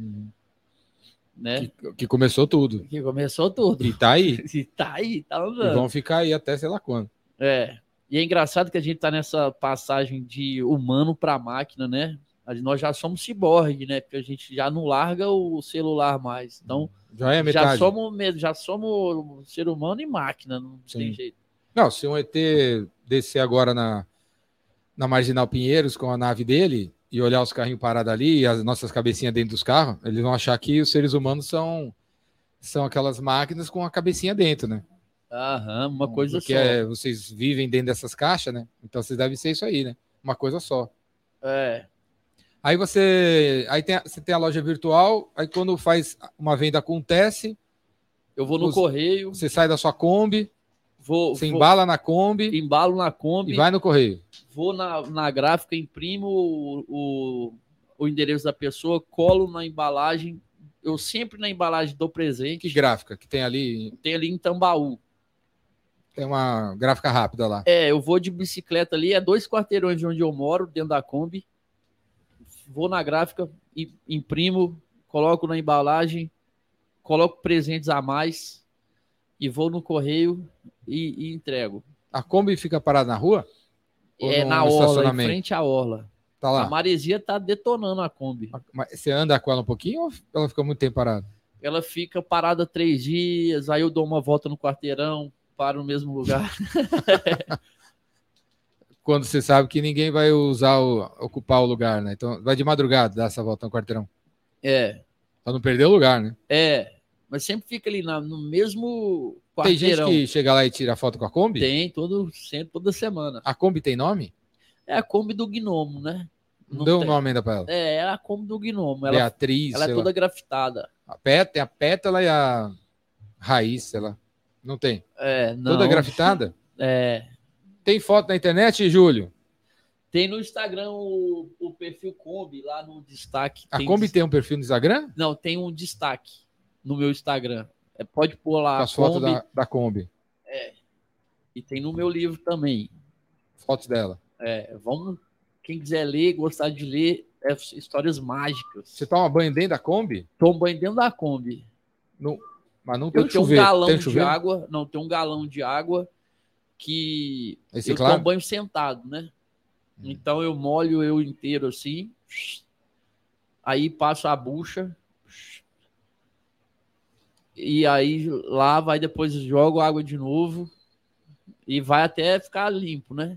Né? Que começou tudo. Que começou tudo. E tá aí. E tá aí, tá andando. E vão ficar aí até sei lá quando. É. E é engraçado que a gente tá nessa passagem de humano para máquina, né? Nós já somos ciborgue, né? Porque a gente já não larga o celular mais. Então, já é metade. Já somos ser humano e máquina, não Sim. tem jeito. Não, se um ET descer agora na Marginal Pinheiros com a nave dele e olhar os carrinhos parados ali e as nossas cabecinhas dentro dos carros, eles vão achar que os seres humanos são aquelas máquinas com a cabecinha dentro, né? Aham, uma coisa porque só. Vocês vivem dentro dessas caixas, né? Então vocês devem ser isso aí, né? Uma coisa só. É. Aí você tem a loja virtual, aí quando faz uma venda acontece, eu vou no correio. Você sai da sua Kombi, você embala na Kombi. Embalo na Kombi. E vai no correio. Vou na gráfica, imprimo o endereço da pessoa, colo na embalagem. Eu sempre na embalagem dou presente. Que gráfica que tem ali? Tem ali em Tambaú. Tem uma gráfica rápida lá. Eu vou de bicicleta ali, 2 quarteirões de onde eu moro, dentro da Kombi. Vou na gráfica, imprimo, coloco na embalagem, coloco presentes a mais e vou no correio e entrego. A Kombi fica parada na rua? Na orla, em frente à orla. Tá lá. A maresia tá detonando a Kombi. Você anda com ela um pouquinho ou ela fica muito tempo parada? Ela fica parada 3 dias, aí eu dou uma volta no quarteirão, paro no mesmo lugar. Quando você sabe que ninguém vai ocupar o lugar, né? Então vai de madrugada dar essa volta no quarteirão. Pra não perder o lugar, né? Mas sempre fica ali no mesmo quarteirão. Tem gente que chega lá e tira foto com a Kombi? Tem, toda semana. A Kombi tem nome? É a Kombi do Gnomo, né? Não deu um nome ainda pra ela? É a Kombi do Gnomo. Beatriz, ela é toda grafitada. Tem a pétala e a raiz, sei lá. Não tem? Não. Toda grafitada? Tem foto na internet, Júlio? Tem no Instagram o perfil Kombi, lá no destaque. A Kombi tem um perfil no Instagram? Não, tem um destaque no meu Instagram. Pode pôr lá. Com as fotos da Kombi. E tem no meu livro também. Fotos dela. Quem quiser ler, gostar de ler, histórias mágicas. Você toma banho dentro da Kombi? Tomo banho dentro da Kombi. Mas não tem chuveiro. Um galão de água. Não, tem um galão de água que eu tomo banho sentado, né? Então eu molho eu inteiro assim, Aí passo a bucha. E aí lava, aí depois jogo água de novo. E vai até ficar limpo, né?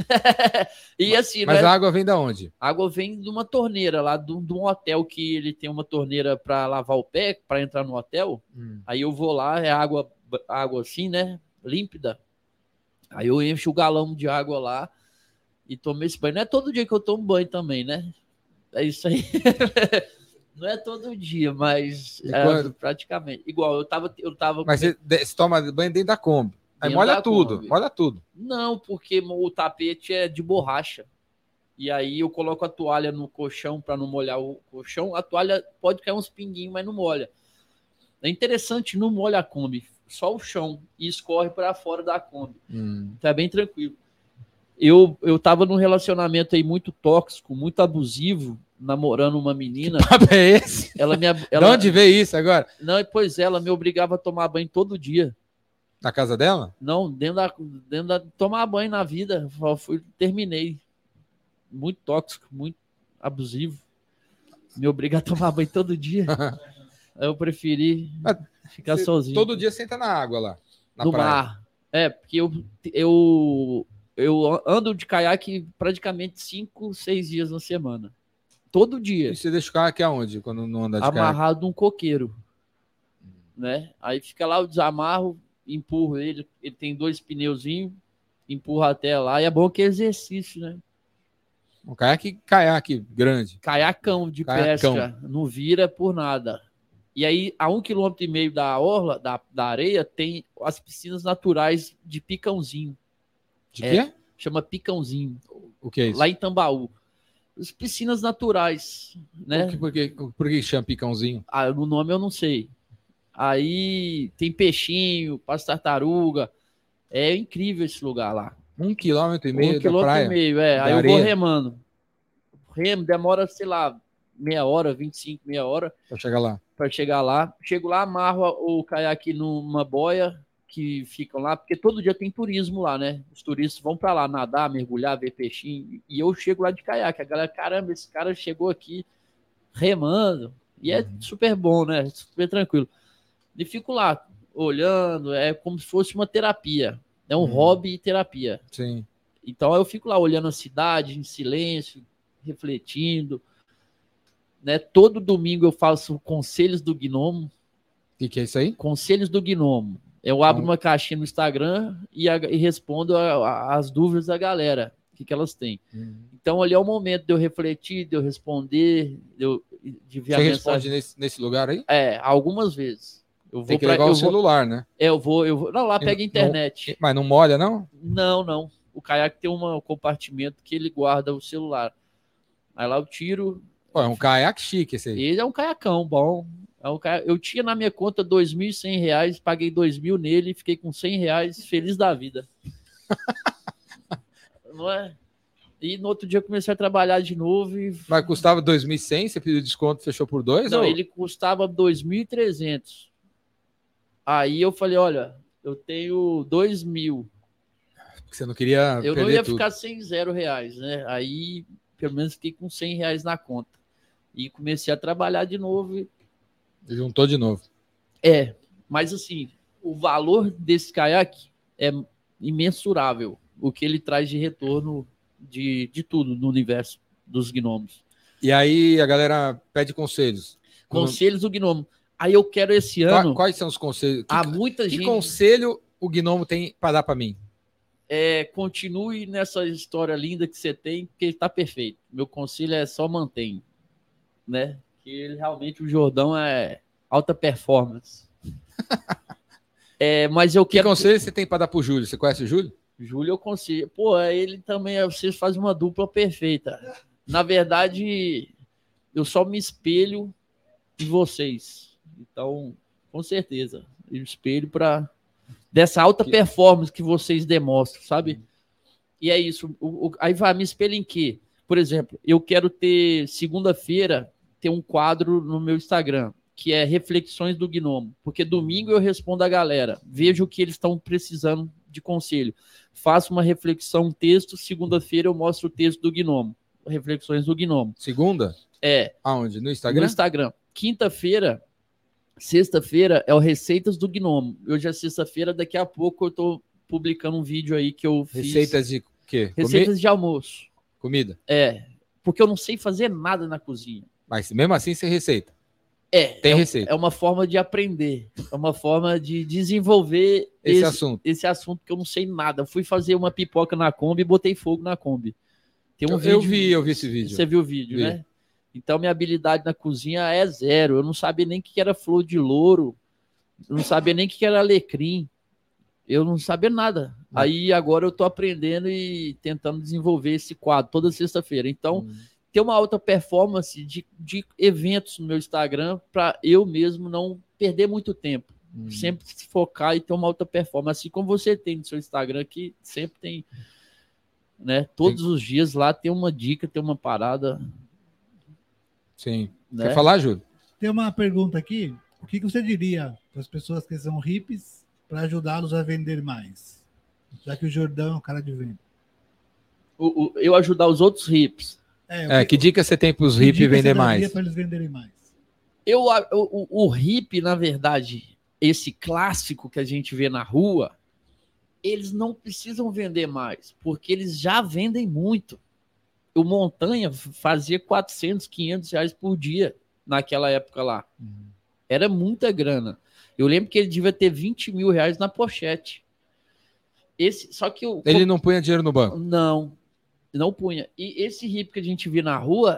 E assim, Mas né? a água vem da onde? A água vem de uma torneira lá, de um hotel que ele tem uma torneira para lavar o pé, para entrar no hotel. Aí eu vou lá, é água assim, né? Límpida. Aí eu encho o galão de água lá e tomo esse banho. Não é todo dia que eu tomo banho também, né? É isso aí. Não é todo dia, mas praticamente. Igual, eu tava Mas você toma banho dentro da Kombi. Aí molha tudo, molha tudo. Não, porque o tapete é de borracha. E aí eu coloco a toalha no colchão para não molhar o colchão. A toalha pode cair uns pinguinhos, mas não molha. É interessante, não molha a Kombi, só o chão e escorre para fora da Kombi. Então é bem tranquilo. Eu tava num relacionamento aí muito tóxico, muito abusivo, namorando uma menina. Que papo é esse? De onde veio isso agora? Não, pois ela me obrigava a tomar banho todo dia. Na casa dela? Não, dentro da tomar banho na vida. Terminei. Muito tóxico, muito abusivo. Me obriga a tomar banho todo dia. Eu preferi ficar sozinho. Todo dia senta na água lá, na no praia. Mar. É, porque eu ando de caiaque praticamente 5, 6 dias na semana. Todo dia. E você deixa o carro aqui aonde, quando não anda de caiaque? Amarrado num coqueiro. Né? Aí fica lá, eu desamarro, empurro ele. Ele tem 2 pneuzinhos, empurra até lá. E é bom que é exercício, né? Um caiaque grande. Caiacão de pesca. Não vira por nada. E aí, a 1,5 km da orla, da areia, tem as piscinas naturais de Picãozinho. De quê? Chama Picãozinho. O que é isso? Lá em Tambaú. As piscinas naturais, né? Por que chama Picãozinho? O nome eu não sei. Aí tem peixinho, passa tartaruga. É incrível esse lugar lá. 1,5 km da praia? 1,5 km, é. Aí areia. Eu vou remando. Remo demora, sei lá, meia hora, 25, meia hora. Para chegar lá. Chego lá, amarro o caiaque numa boia que ficam lá, porque todo dia tem turismo lá, né? Os turistas vão para lá nadar, mergulhar, ver peixinho. E eu chego lá de caiaque. A galera, caramba, esse cara chegou aqui remando. E é super bom, né? Super tranquilo. E fico lá, olhando, é como se fosse uma terapia. É um hobby e terapia. Sim. Então eu fico lá olhando a cidade em silêncio, refletindo. Né? Todo domingo eu faço Conselhos do Gnomo. O que é isso aí? Conselhos do Gnomo. Eu abro uma caixinha no Instagram e respondo as dúvidas da galera, o que elas têm. Então ali é o momento de eu refletir, de eu responder, de ver a mensagem. Você responde nesse lugar aí? É, algumas vezes. Eu vou tem que levar o celular, né? Eu vou. Não, lá pega a internet. Mas não molha, não? Não. O caiaque tem um compartimento que ele guarda o celular. Aí lá eu tiro. Pô, é um caiaque chique esse aí. Ele é um caiacão bom. Eu tinha na minha conta R$2.100, paguei 2.000 nele, fiquei com R$100, feliz da vida. Não é? E no outro dia eu comecei a trabalhar de novo. Mas custava 2.100, você pediu desconto, fechou por 2? Não, ele custava 2.300. Aí eu falei, olha, eu tenho 2.000. Porque você não queria Eu não ia ficar sem R$0, né? Aí, pelo menos, fiquei com R$100 na conta. E comecei a trabalhar de novo. E juntou de novo. Mas assim, o valor desse caiaque é imensurável. O que ele traz de retorno de tudo no universo dos gnomos. E aí a galera pede conselhos. Conselhos do gnomo. Aí eu quero esse ano... Quais são os conselhos? Que conselho o gnomo tem para dar para mim? Continue nessa história linda que você tem, porque está perfeito. Meu conselho é só mantenha, né? Que ele realmente, o Jordão é alta performance. Mas eu quero... Que conselho você tem para dar pro Júlio? Você conhece o Júlio? Júlio eu consigo. Pô, ele também, vocês fazem uma dupla perfeita. Na verdade, eu só me espelho em vocês. Então, com certeza, eu espelho para dessa alta performance que vocês demonstram, sabe? E é isso. Aí vai, me espelho em quê? Por exemplo, eu quero ter, segunda-feira, ter um quadro no meu Instagram, que é Reflexões do Gnomo. Porque domingo eu respondo a galera, vejo o que eles estão precisando de conselho. Faço uma reflexão, um texto, segunda-feira eu mostro o texto do Gnomo. Reflexões do Gnomo. Segunda? Aonde? No Instagram? No Instagram. Quinta-feira, sexta-feira é o Receitas do Gnomo. Hoje é sexta-feira, daqui a pouco eu tô publicando um vídeo aí que eu fiz. Receitas de quê? Receitas de almoço. Comida? Porque eu não sei fazer nada na cozinha. Mas mesmo assim você receita? Tem receita. É uma forma de aprender, é uma forma de desenvolver esse assunto que eu não sei nada. Eu fui fazer uma pipoca na Kombi e botei fogo na Kombi. Tem um vídeo, eu vi esse vídeo. Você viu o vídeo, né? Então minha habilidade na cozinha é zero. Eu não sabia nem o que era flor de louro, eu não sabia nem o que era alecrim. Eu não sabia nada. Aí agora eu tô aprendendo e tentando desenvolver esse quadro toda sexta-feira. Então, ter uma alta performance de eventos no meu Instagram para eu mesmo não perder muito tempo. Sempre se focar e ter uma alta performance. Assim como você tem no seu Instagram, que sempre tem, né? Todos os dias lá tem uma dica, tem uma parada. Sim. Né? Quer falar, Júlio? Tem uma pergunta aqui. O que você diria para as pessoas que são hippies para ajudá-los a vender mais? Já que o Jordão é um cara de venda. Eu ajudar os outros hippies. Que dica você tem para os hippies vender mais? Para eles venderem mais. O hippie, na verdade, esse clássico que a gente vê na rua, eles não precisam vender mais, porque eles já vendem muito. O Montanha fazia 400, 500 reais por dia naquela época lá. Era muita grana. Eu lembro que ele devia ter 20 mil reais na pochete. Só que ele não punha dinheiro no banco? Não punha. E esse hippie que a gente vê na rua,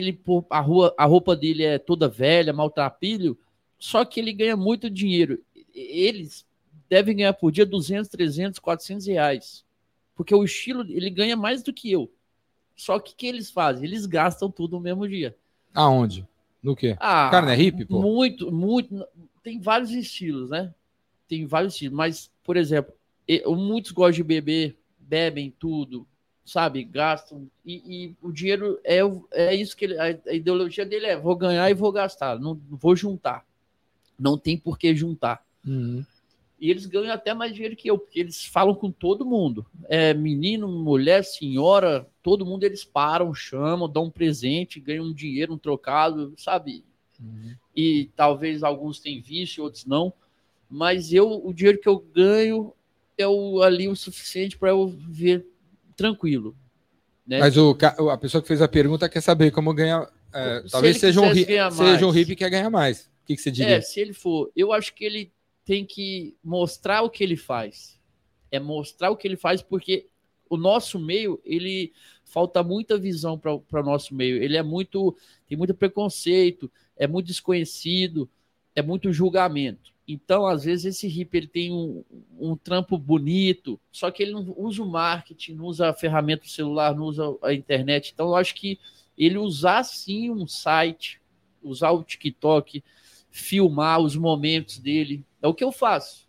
a roupa dele é toda velha, maltrapilho, só que ele ganha muito dinheiro. Eles devem ganhar por dia 200, 300, 400 reais. Porque o estilo, ele ganha mais do que eu. Só que o que eles fazem? Eles gastam tudo no mesmo dia. Aonde? No quê? Cara, não é hippie, pô? Muito. Tem vários estilos, né? Tem vários estilos. Mas, por exemplo, muitos gostam de beber, bebem tudo, sabe? Gastam. E o dinheiro é isso que a ideologia dele é: vou ganhar e vou gastar, não vou juntar. Não tem por que juntar. E eles ganham até mais dinheiro que eu, porque eles falam com todo mundo. Menino, mulher, senhora, todo mundo eles param, chamam, dão um presente, ganham um dinheiro, um trocado, sabe? E talvez alguns tenham vício, outros não. Mas o dinheiro que eu ganho é ali o suficiente para eu ver tranquilo. Né? Mas a pessoa que fez a pergunta quer saber como ganhar. Talvez seja um hippie que quer ganhar mais. O que você diria? Se ele for, eu acho que ele tem que mostrar o que ele faz. Mostrar o que ele faz, porque o nosso meio, ele falta muita visão para o nosso meio. Ele tem muito preconceito, é muito desconhecido, é muito julgamento. Então, às vezes, esse hippie ele tem um trampo bonito, só que ele não usa o marketing, não usa a ferramenta do celular, não usa a internet. Então, eu acho que ele usar, sim, um site, usar o TikTok, filmar os momentos dele, é o que eu faço.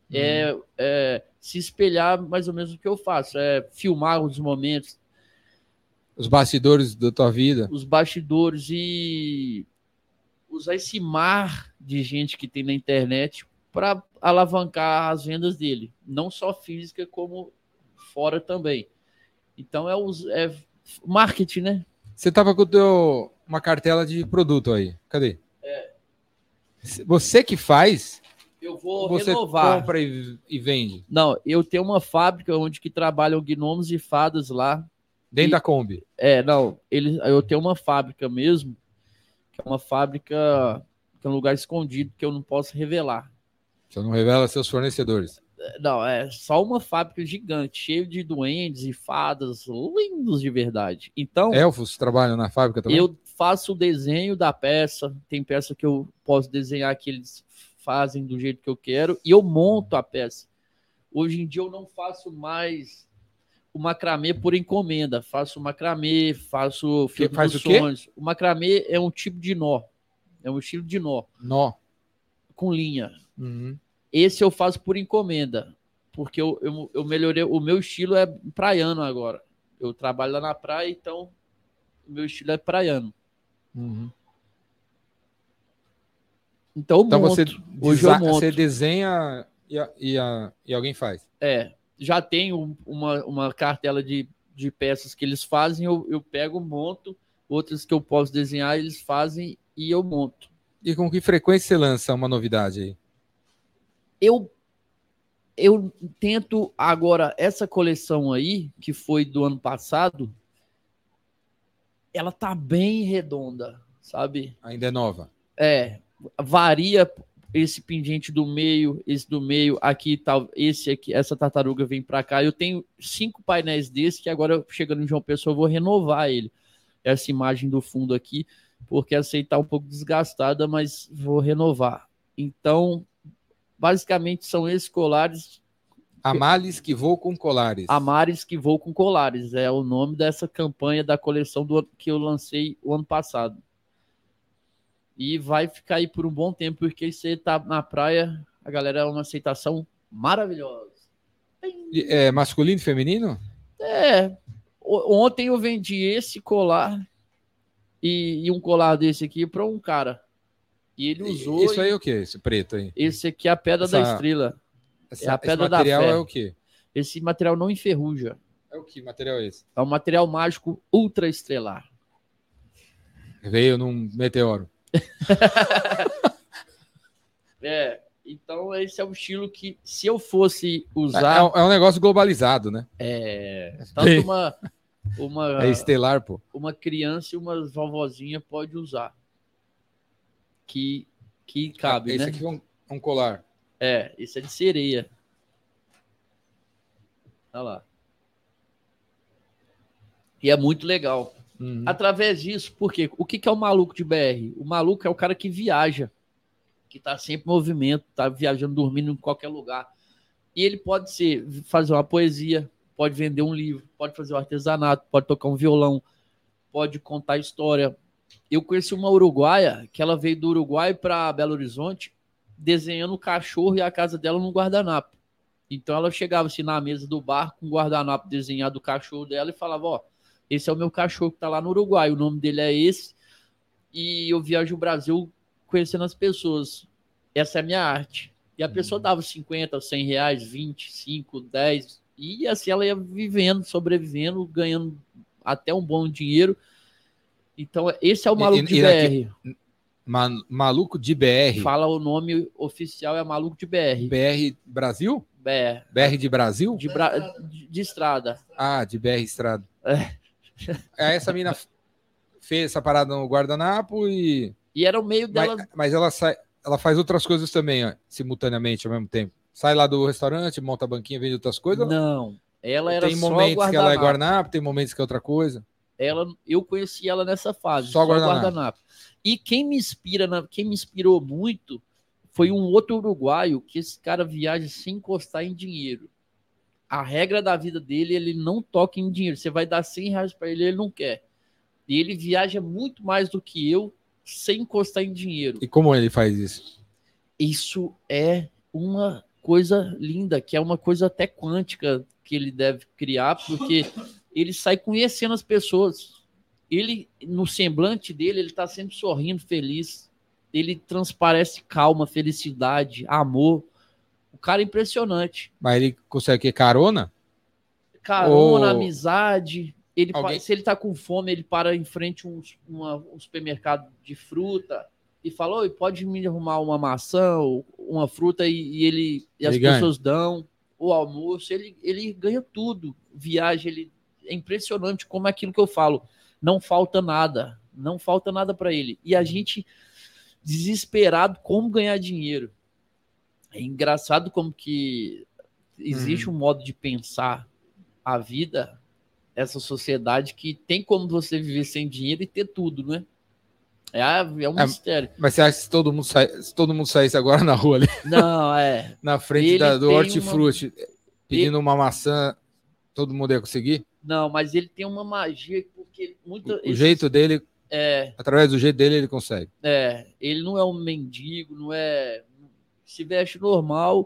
Se espelhar mais ou menos o que eu faço. Filmar os momentos. Os bastidores da tua vida. Os bastidores e usar esse mar de gente que tem na internet para alavancar as vendas dele. Não só física, como fora também. Então é marketing, né? Você tava com uma cartela de produto aí. Cadê? Você que faz? Eu vou você renovar. Compra e vende? Não, eu tenho uma fábrica onde que trabalham gnomos e fadas lá. Dentro da Kombi? Eu tenho uma fábrica mesmo, que é uma fábrica que é um lugar escondido que eu não posso revelar. Você não revela seus fornecedores? Não, é só uma fábrica gigante, cheia de duendes e fadas lindos de verdade. Então, elfos trabalham na fábrica também? Eu faço o desenho da peça, tem peça que eu posso desenhar que eles fazem do jeito que eu quero, e eu monto a peça. Hoje em dia eu não faço mais o macramê por encomenda, faço o macramê, faço filtro dos sonhos. O macramê é um tipo de nó, é um estilo de nó. Nó. Com linha. Esse eu faço por encomenda, porque eu melhorei, o meu estilo é praiano agora. Eu trabalho lá na praia, então o meu estilo é praiano. Então eu monto. Você desenha e alguém faz? Já tenho uma cartela de de peças que eles fazem, eu pego, monto, outras que eu posso desenhar, eles fazem e eu monto. E com que frequência você lança uma novidade aí? Eu tento agora, essa coleção aí, que foi do ano passado, ela tá bem redonda, sabe? Ainda é nova. Varia esse pingente do meio, esse do meio, aqui tal, esse aqui, essa tartaruga vem para cá. Eu tenho 5 painéis desse que agora, chegando em João Pessoa, eu vou renovar ele. Essa imagem do fundo aqui, porque essa aí tá um pouco desgastada, mas vou renovar. Então, basicamente são esses colares. Amales que voam com colares. Amares que voam com colares. É o nome dessa campanha da coleção que eu lancei o ano passado. E vai ficar aí por um bom tempo, porque você tá na praia, a galera é uma aceitação maravilhosa. É masculino e feminino? Ontem eu vendi esse colar e um colar desse aqui para um cara. E ele usou. Isso aí é o que? Esse preto aí? Esse aqui é a pedra da estrela. É a pedra da fé. Esse material é o quê? Esse material não enferruja. É o que material é esse? É um material mágico ultra estrelar. Veio num meteoro. Então esse é o estilo que, se eu fosse usar... É um negócio globalizado, né? Tanto uma é estelar, pô. Uma criança e uma vovozinha pode usar. Que cabe, esse né? Esse aqui é um colar. Esse é de sereia. Olha lá. E é muito legal. Uhum. Através disso, porque o que é o maluco de BR? O maluco é o cara que viaja, que tá sempre em movimento, tá viajando, dormindo em qualquer lugar. E ele pode fazer uma poesia, pode vender um livro, pode fazer um artesanato, pode tocar um violão, pode contar história. Eu conheci uma uruguaia, que ela veio do Uruguai para Belo Horizonte, desenhando o cachorro e a casa dela no guardanapo. Então ela chegava assim na mesa do bar com o guardanapo desenhado do cachorro dela e falava, ó, esse é o meu cachorro que tá lá no Uruguai, o nome dele é esse, e eu viajo o Brasil conhecendo as pessoas. Essa é a minha arte. E a pessoa dava 50, 100 reais, 20, 5, 10, e assim ela ia vivendo, sobrevivendo, ganhando até um bom dinheiro. Então esse é o Maluco de BR. Maluco de BR. Fala, o nome oficial é Maluco de BR. BR Brasil? BR. BR de Brasil? De estrada. Ah, de BR Estrada. Essa mina fez essa parada no guardanapo e era o meio dela. Mas ela faz outras coisas também, ó, simultaneamente, ao mesmo tempo. Sai lá do restaurante, monta a banquinha, vende outras coisas? Não. Ela era tem só momentos guardanapo. que ela é guardanapo, tem momentos que é outra coisa. Eu conheci ela nessa fase, só guardanapo. E quem me inspirou muito foi um outro uruguaio, que esse cara viaja sem encostar em dinheiro. A regra da vida dele, ele não toca em dinheiro. Você vai dar 100 reais para ele não quer. E ele viaja muito mais do que eu, sem encostar em dinheiro. E como ele faz isso? Isso é uma coisa linda, que é uma coisa até quântica que ele deve criar, porque ele sai conhecendo as pessoas. Ele, no semblante dele, ele está sempre sorrindo, feliz. Ele transparece calma, felicidade, amor. O cara é impressionante. Mas ele consegue que carona? Carona, amizade. Se ele tá com fome, ele para em frente a um supermercado de fruta e fala, oi, pode me arrumar uma maçã ou uma fruta, e as pessoas dão o almoço, ele ganha tudo. Viaja, é impressionante como é aquilo que eu falo. Não falta nada para ele. E a gente desesperado como ganhar dinheiro. É engraçado como que existe um modo de pensar a vida, essa sociedade, que tem como você viver sem dinheiro e ter tudo, né? É um mistério. Mas você acha que se todo mundo saísse agora na rua ali? Não, na frente do hortifruti, pedindo uma maçã, todo mundo ia conseguir? Não, mas ele tem uma magia, porque jeito dele, através do jeito dele, ele consegue. Ele não é um mendigo, se veste normal,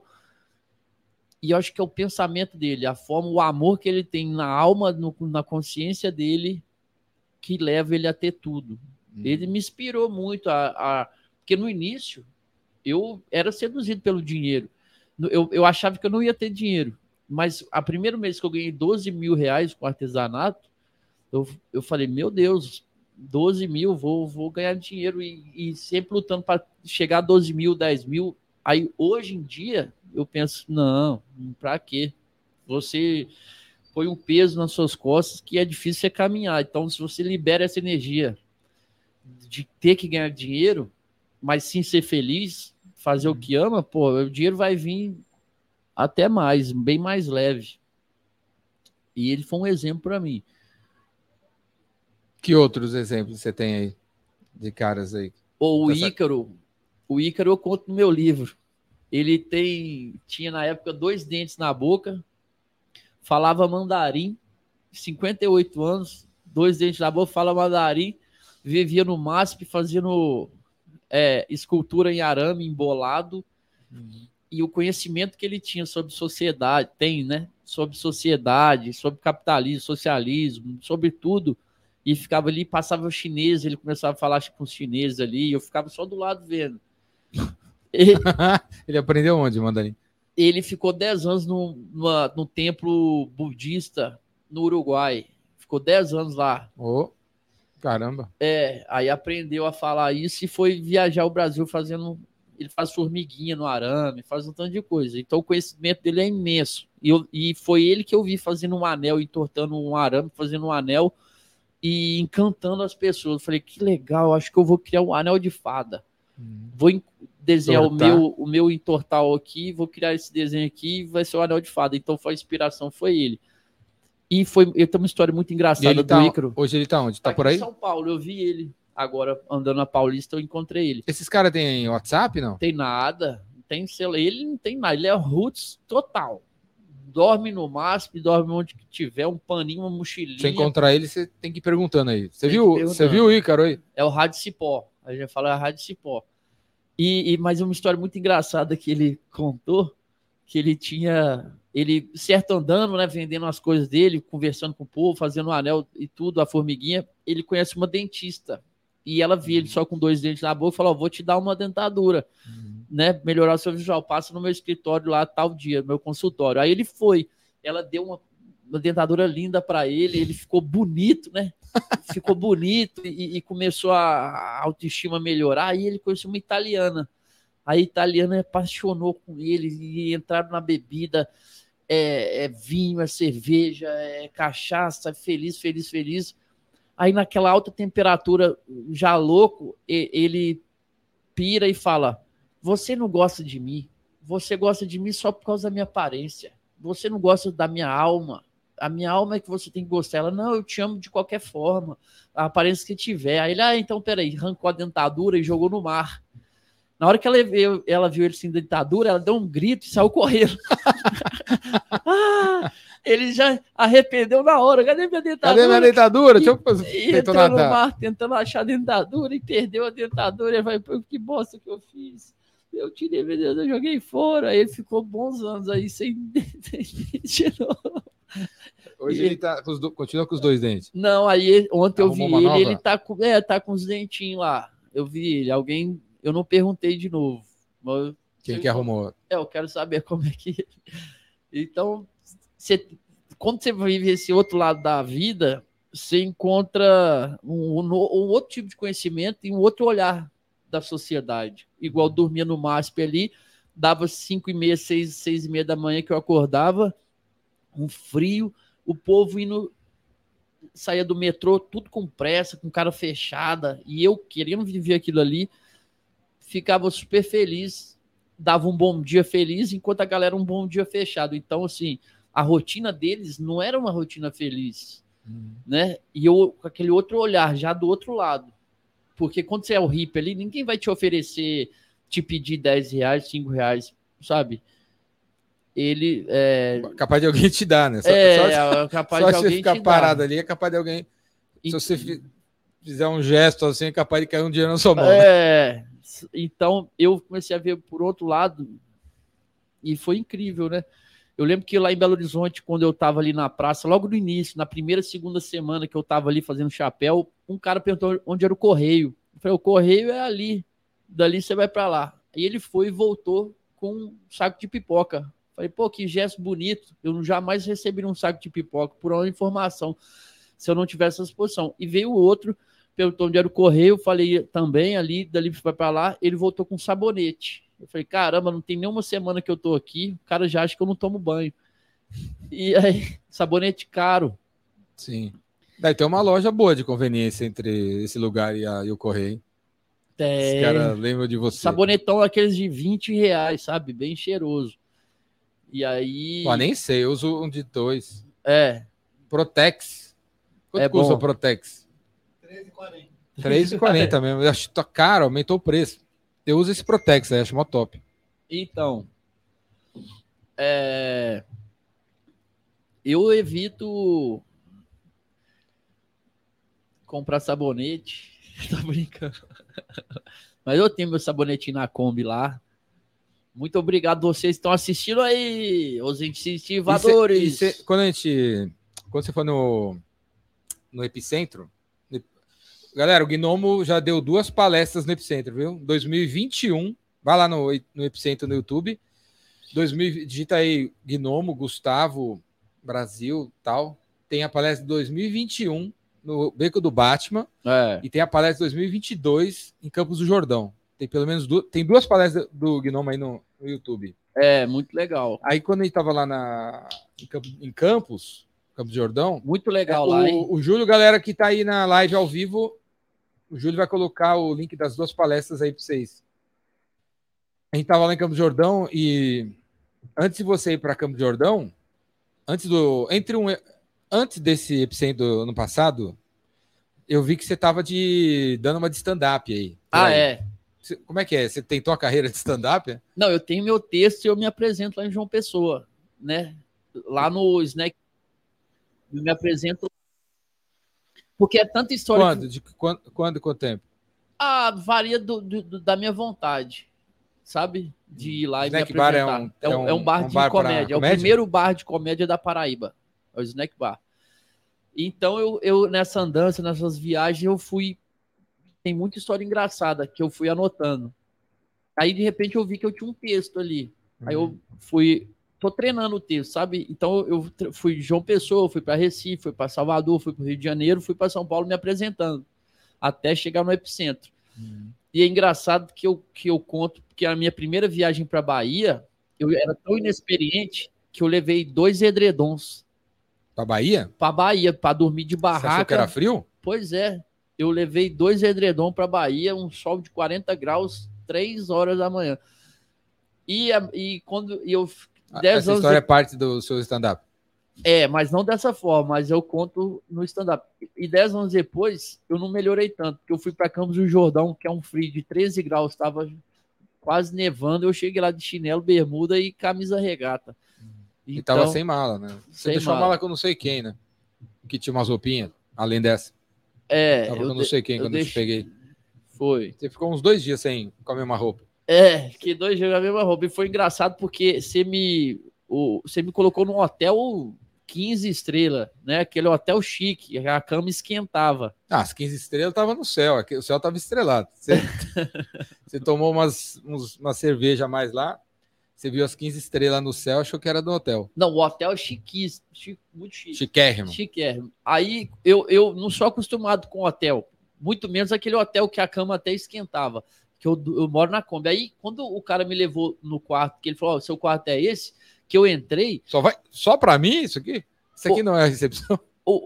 e eu acho que é o pensamento dele, a forma, o amor que ele tem na alma, na consciência dele, que leva ele a ter tudo. Ele me inspirou muito, porque no início eu era seduzido pelo dinheiro. Eu achava que eu não ia ter dinheiro. Mas a primeiro mês que eu ganhei 12 mil reais com artesanato, eu falei, meu Deus, 12 mil, vou ganhar dinheiro e sempre lutando para chegar a 12 mil, 10 mil. Aí hoje em dia eu penso, não, para quê? Você põe um peso nas suas costas que é difícil você caminhar. Então, se você libera essa energia de ter que ganhar dinheiro, mas sim ser feliz, fazer o que ama, pô, o dinheiro vai vir até mais, bem mais leve. E ele foi um exemplo para mim. Que outros exemplos você tem aí de caras aí? Ou o Ícaro eu conto no meu livro. Ele tinha na época 2 dentes na boca, falava mandarim, 58 anos, 2 dentes na boca, fala mandarim, vivia no MASP fazendo escultura em arame embolado. E o conhecimento que ele tinha sobre sociedade, sobre sociedade, sobre capitalismo, socialismo, sobre tudo, e ficava ali, passava o chinês, ele começava a falar com os chineses ali, e eu ficava só do lado vendo. Ele aprendeu onde, mandarim? Ele ficou 10 anos no templo budista no Uruguai. Ficou 10 anos lá. Oh, caramba. Aí aprendeu a falar isso e foi viajar o Brasil fazendo... Ele faz formiguinha no arame, faz um tanto de coisa. Então o conhecimento dele é imenso. E foi ele que eu vi fazendo um anel, entortando um arame, fazendo um anel e encantando as pessoas. Eu falei, que legal, acho que eu vou criar um anel de fada. Vou desenhar o meu entortal aqui, vou criar esse desenho aqui e vai ser o anel de fada. Então a inspiração foi ele. E ele tem uma história muito engraçada do Ícaro. Hoje ele tá onde? Tá por aí? Em São Paulo, eu vi ele. Agora, andando na Paulista, eu encontrei ele. Esses caras têm WhatsApp, não? Tem nada. Tem celular. Ele não tem nada. Ele é roots total. Dorme no MASP, dorme onde tiver, um paninho, uma mochilinha. Se encontrar ele, você tem que ir perguntando aí. Você viu o Ícaro aí? É o Rádio Cipó. A gente fala a Rádio Cipó. Mas uma história muito engraçada que ele contou, que ele certo andando, né, vendendo as coisas dele, conversando com o povo, fazendo um anel e tudo, a formiguinha, ele conhece uma dentista. E ela via ele só com 2 dentes na boca e falou, vou te dar uma dentadura, né, melhorar o seu visual, passa no meu escritório lá tal dia, no meu consultório. Aí ele foi, ela deu uma dentadura linda para ele ficou bonito, né, ficou bonito e começou a autoestima melhorar. Aí ele conheceu uma italiana, a italiana apaixonou com ele e entraram na bebida, vinho, cerveja, cachaça, feliz. Aí naquela alta temperatura, já louco, ele pira e fala, você não gosta de mim, você gosta de mim só por causa da minha aparência, você não gosta da minha alma, a minha alma é que você tem que gostar. Ela, não, eu te amo de qualquer forma, a aparência que tiver. Aí ele, então peraí, arrancou a dentadura e jogou no mar. Na hora que ela viu ele sem dentadura, ela deu um grito e saiu correndo. Ele já arrependeu na hora. Cadê minha dentadura? Cadê minha dentadura? E entrou no mar tentando achar a dentadura e perdeu a dentadura. Ele vai, que bosta que eu fiz. Eu tirei, eu joguei fora. Aí ele ficou bons anos aí sem dente. Hoje ele continua com os 2 dentes. Não, aí ontem eu vi ele tá com os dentinhos lá. Eu vi ele, eu não perguntei de novo. Mas quem que arrumou? Eu quero saber como é que... Então, quando você vive esse outro lado da vida, você encontra um outro tipo de conhecimento e um outro olhar da sociedade. Igual dormia no MASP ali, dava 5h30, 6h30 da manhã que eu acordava, um frio, o povo saía do metrô tudo com pressa, com cara fechada, e eu querendo viver aquilo ali, ficava super feliz, dava um bom dia feliz, enquanto a galera um bom dia fechado. Então, assim, a rotina deles não era uma rotina feliz, né? E eu, com aquele outro olhar, já do outro lado. Porque quando você é o hippie ali, ninguém vai te oferecer, te pedir R$10, R$5, sabe? Ele capaz de alguém te dar, né? Capaz de alguém você ficar parado ali, é capaz de alguém... Se você fizer um gesto assim, é capaz de cair um dinheiro na sua mão. Né? Então, eu comecei a ver por outro lado e foi incrível, né? Eu lembro que lá em Belo Horizonte, quando eu estava ali na praça, logo no início, na primeira, segunda semana que eu estava ali fazendo chapéu, um cara perguntou onde era o correio. Eu falei, o correio é ali, dali você vai para lá. E ele foi e voltou com um saco de pipoca. Falei, pô, que gesto bonito. Eu jamais receberia um saco de pipoca por uma informação, se eu não tivesse essa exposição. E veio o outro, perguntou onde era o correio, eu falei também ali, dali vai para lá, ele voltou com sabonete. Eu falei, caramba, não tem nenhuma semana que eu tô aqui, o cara já acha que eu não tomo banho. E aí, sabonete caro. Sim. Daí tem uma loja boa de conveniência entre esse lugar e o correio. Esse cara lembra de você. Sabonetão aqueles de R$20, sabe? Bem cheiroso. E aí... Pô, nem sei, eu uso um de 2. É. Protex. Quanto custa o Protex? R$13,40. R$3,40 mesmo. Eu acho que tá caro, aumentou o preço. Eu uso esse Protex aí, acho mó top. Então, eu evito comprar sabonete. Tá brincando. Mas eu tenho meu sabonetinho na Kombi lá. Muito obrigado, vocês estão assistindo aí, os incentivadores. Quando você for no Epicentro, galera, o Gnomo já deu 2 palestras no Epicentro, viu? 2021, vai lá no Epicentro no YouTube. Digita aí Gnomo, Gustavo, Brasil, tal. Tem a palestra de 2021 no Beco do Batman e tem a palestra de 2022 em Campos do Jordão. Tem pelo menos 2 palestras do Gnomo aí no YouTube. Muito legal. Aí quando a gente tava lá em Campos do Jordão... Muito legal lá, hein? O Júlio, galera que tá aí na live ao vivo, o Júlio vai colocar o link das 2 palestras aí para vocês. A gente tava lá em Campos do Jordão e antes de você ir para Campos do Jordão, antes desse Epicentro do ano passado, eu vi que você tava dando uma de stand-up aí. Aí. Como é que é? Você tentou a carreira de stand-up? Não, eu tenho meu texto e eu me apresento lá em João Pessoa, né? Lá no Snack. Eu me apresento. Porque é tanta história. Quanto tempo? Varia da minha vontade, sabe? De ir lá e Snack me apresentar. Bar é um bar de comédia. É o primeiro bar de comédia da Paraíba. É o Snack Bar. Então, eu nessa andança, nessas viagens, eu fui... Tem muita história engraçada que eu fui anotando. Aí, de repente, eu vi que eu tinha um texto ali. Aí eu tô treinando o texto, sabe? Então, eu fui de João Pessoa, fui para Recife, fui para Salvador, fui para o Rio de Janeiro, fui para São Paulo me apresentando, até chegar no Epicentro. E é engraçado que eu conto, porque a minha primeira viagem para Bahia, eu era tão inexperiente que eu levei 2 edredons. Para Bahia? Para Bahia, para dormir de barraca. Você achou que era frio? Pois é. Eu levei 2 edredons para Bahia, um sol de 40 graus, 3 horas da manhã. E quando eu... 10 Essa anos história é parte do seu stand-up? Mas não dessa forma, mas eu conto no stand-up. E 10 anos depois, eu não melhorei tanto, porque eu fui para Campos do Jordão, que é um frio de 13 graus, estava quase nevando, eu cheguei lá de chinelo, bermuda e camisa regata. E tava sem mala, né? Você deixou a mala com não sei quem, né? Que tinha umas roupinhas, além dessa. Tava com não sei quem quando eu te peguei. Foi. Você ficou uns 2 dias sem com a mesma roupa. Fiquei 2 dias com a mesma roupa. E foi engraçado porque você me colocou num hotel 15 estrelas, né? Aquele hotel chique, a cama esquentava. As 15 estrelas tava no céu, o céu tava estrelado. Você tomou uma cerveja a mais lá, você viu as 15 estrelas no céu, achou que era do hotel. Não, o hotel é chiquíssimo, muito chique. Chiquérrimo. Aí eu não sou acostumado com hotel, muito menos aquele hotel que a cama até esquentava, que eu moro na Kombi. Aí quando o cara me levou no quarto, que ele falou, seu quarto é esse, que eu entrei... Só pra mim isso aqui? Isso aqui não é a recepção?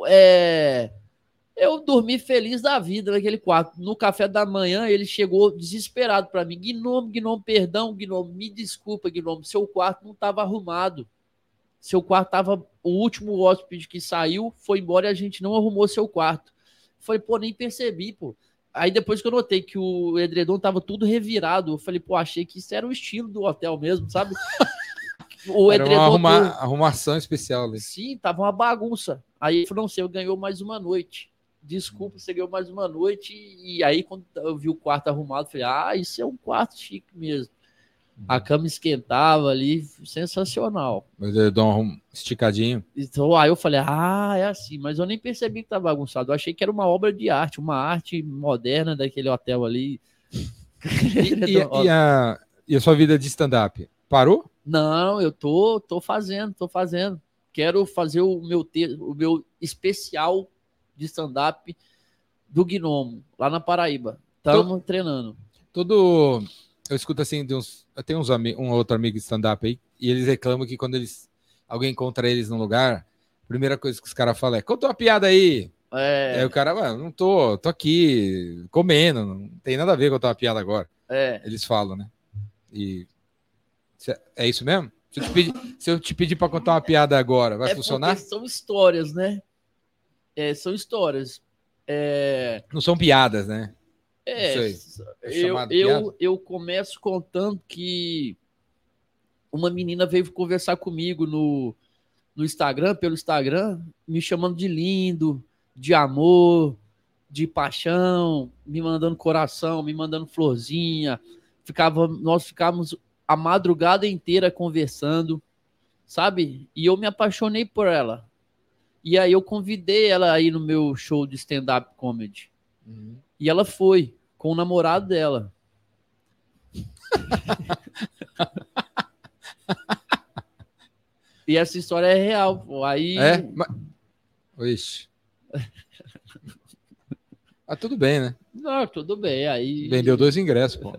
Eu dormi feliz da vida naquele quarto. No café da manhã, ele chegou desesperado para mim. Gnomo, perdão, Gnomo, me desculpa, Gnomo, seu quarto não estava arrumado. Seu quarto estava... O último hóspede que saiu foi embora e a gente não arrumou seu quarto. Falei, nem percebi, pô. Aí depois que eu notei que o edredom estava tudo revirado, eu falei, achei que isso era o estilo do hotel mesmo, sabe? O era uma arrumação especial ali. Sim, tava uma bagunça. Aí ele falou, não sei, eu ganhou mais uma noite. Desculpa, você ganhou mais uma noite. E aí, quando eu vi o quarto arrumado, falei, isso é um quarto chique mesmo. A cama esquentava ali, sensacional. Mas eu dou um esticadinho. Então, aí eu falei, é assim. Mas eu nem percebi que tá bagunçado. Eu achei que era uma obra de arte, uma arte moderna daquele hotel ali. E a sua vida de stand-up? Parou? Não, eu tô fazendo. Quero fazer o meu especial de stand-up do Gnomo, lá na Paraíba. Estamos treinando. Eu escuto assim, eu tenho um outro amigo de stand-up aí, e eles reclamam que quando alguém encontra eles num lugar, a primeira coisa que os caras falam é: conta uma piada aí. Aí o cara, não tô aqui comendo, não tem nada a ver com contar uma piada agora. Eles falam, né? E é isso mesmo? Se eu te pedir para contar uma piada agora, vai funcionar? Porque são histórias, né? São histórias. Não são piadas, né? Eu começo contando que uma menina veio conversar comigo no Instagram, pelo Instagram, me chamando de lindo, de amor, de paixão, me mandando coração, me mandando florzinha. Nós ficávamos a madrugada inteira conversando, sabe? E eu me apaixonei por ela. E aí eu convidei ela aí no meu show de stand-up comedy. E ela foi com o namorado dela. E essa história é real, pô. Aí... Ixi. Tudo bem, né? Não, tudo bem. Aí... Vendeu 2 ingressos, pô.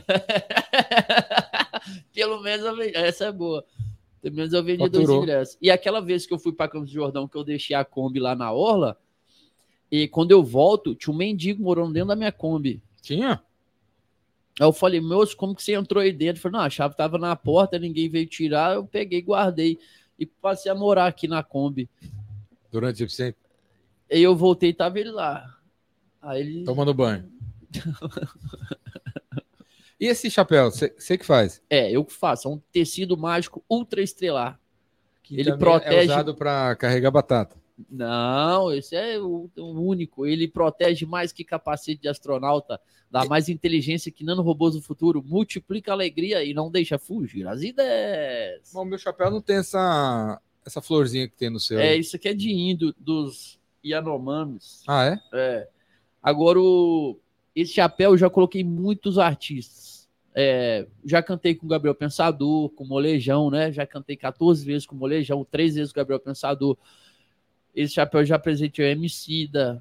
Pelo menos essa é boa. Pelo menos eu vendi 2 ingressos. E aquela vez que eu fui para Campos do Jordão, que eu deixei a Kombi lá na orla, e quando eu volto, tinha um mendigo morando dentro da minha Kombi. Tinha? Aí eu falei, moço, como que você entrou aí dentro? Ele falou, não, a chave tava na porta, ninguém veio tirar, eu peguei, guardei e passei a morar aqui na Kombi. Durante o tempo? Aí eu voltei e tava ele lá. Aí ele... Tomando banho. E esse chapéu, você que faz? Eu que faço, é um tecido mágico ultra estrelar. Que ele protege... é usado para carregar batata. Não, esse é o único. Ele protege mais que capacete de astronauta, dá mais inteligência que nanorobôs do futuro, multiplica a alegria e não deixa fugir as ideias. Bom, meu chapéu não tem essa florzinha que tem no seu. Isso aqui é de índio, dos Yanomamis. Ah, é? Agora, esse chapéu eu já coloquei muitos artistas. Já cantei com o Gabriel Pensador, com o Molejão, né? Já cantei 14 vezes com o Molejão, 3 vezes com o Gabriel Pensador. Esse chapéu já apresentei o Emicida,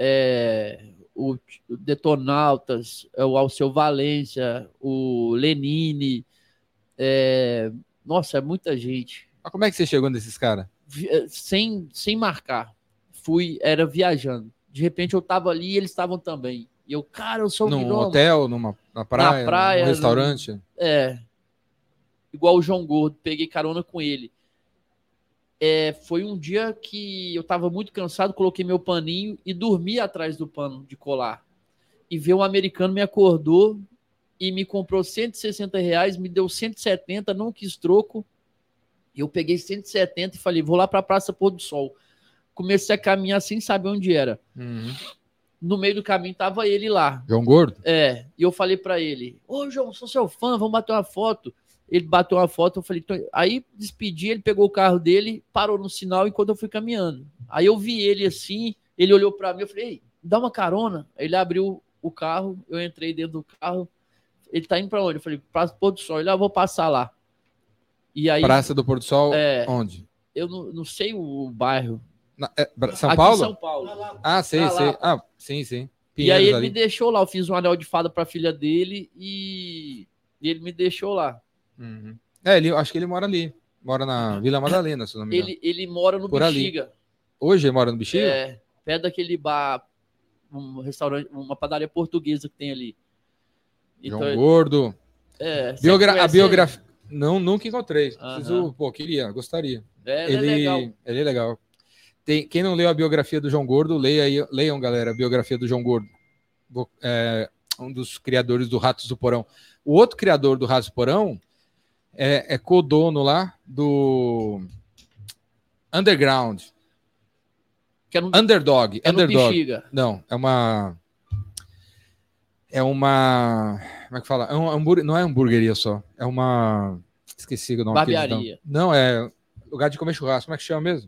o Detonautas, o Alceu Valência, o Lenine. Nossa, é muita gente. Mas como é que você chegou nesses caras? Sem marcar. Era viajando. De repente eu tava ali e eles estavam também. E eu, cara, eu sou o Num Gnomo. hotel, na praia, na praia, num restaurante? Igual o João Gordo, peguei carona com ele. Foi um dia que eu estava muito cansado, coloquei meu paninho e dormi atrás do pano de colar. E veio um americano, me acordou e me comprou R$160, me deu 170, não quis troco. Eu peguei 170 e falei, vou lá para a Praça Pôr do Sol. Comecei a caminhar sem saber onde era. No meio do caminho tava ele lá. João Gordo? E eu falei para ele, ô João, sou seu fã, vamos bater uma foto. Ele bateu uma foto, eu falei... Aí despedi, ele pegou o carro dele, parou no sinal enquanto eu fui caminhando. Aí eu vi ele assim, ele olhou para mim, eu falei, ei, dá uma carona. Ele abriu o carro, eu entrei dentro do carro. Ele tá indo para onde? Eu falei, Praça do Pôr do Sol. Ele, vou passar lá. E aí, Praça do Pôr do Sol, onde? Eu não sei o bairro. São Aqui Paulo? Em São Paulo. Sei. Sim. Pinheiros, e aí ele ali. me deixou lá, eu fiz um anel de fada para a filha dele e ele me deixou lá. Acho que ele mora ali. Mora na Vila Madalena, se não me engano. Ele mora no Bexiga. Hoje ele mora no Bexiga? Perto daquele bar, um restaurante, uma padaria portuguesa que tem ali. Então, João Gordo. A biografia... Não, nunca encontrei. Gostaria. Ele é legal. Ele é legal. Quem não leu a biografia do João Gordo, leiam, galera, a biografia do João Gordo. Um dos criadores do Ratos do Porão. O outro criador do Ratos do Porão é codono lá do Underground. Underdog. Bexiga. Não, é uma... Como é que fala? Não é hamburgueria só. É uma... Esqueci o nome. Barbearia. Não, é lugar de comer churrasco. Como é que chama mesmo?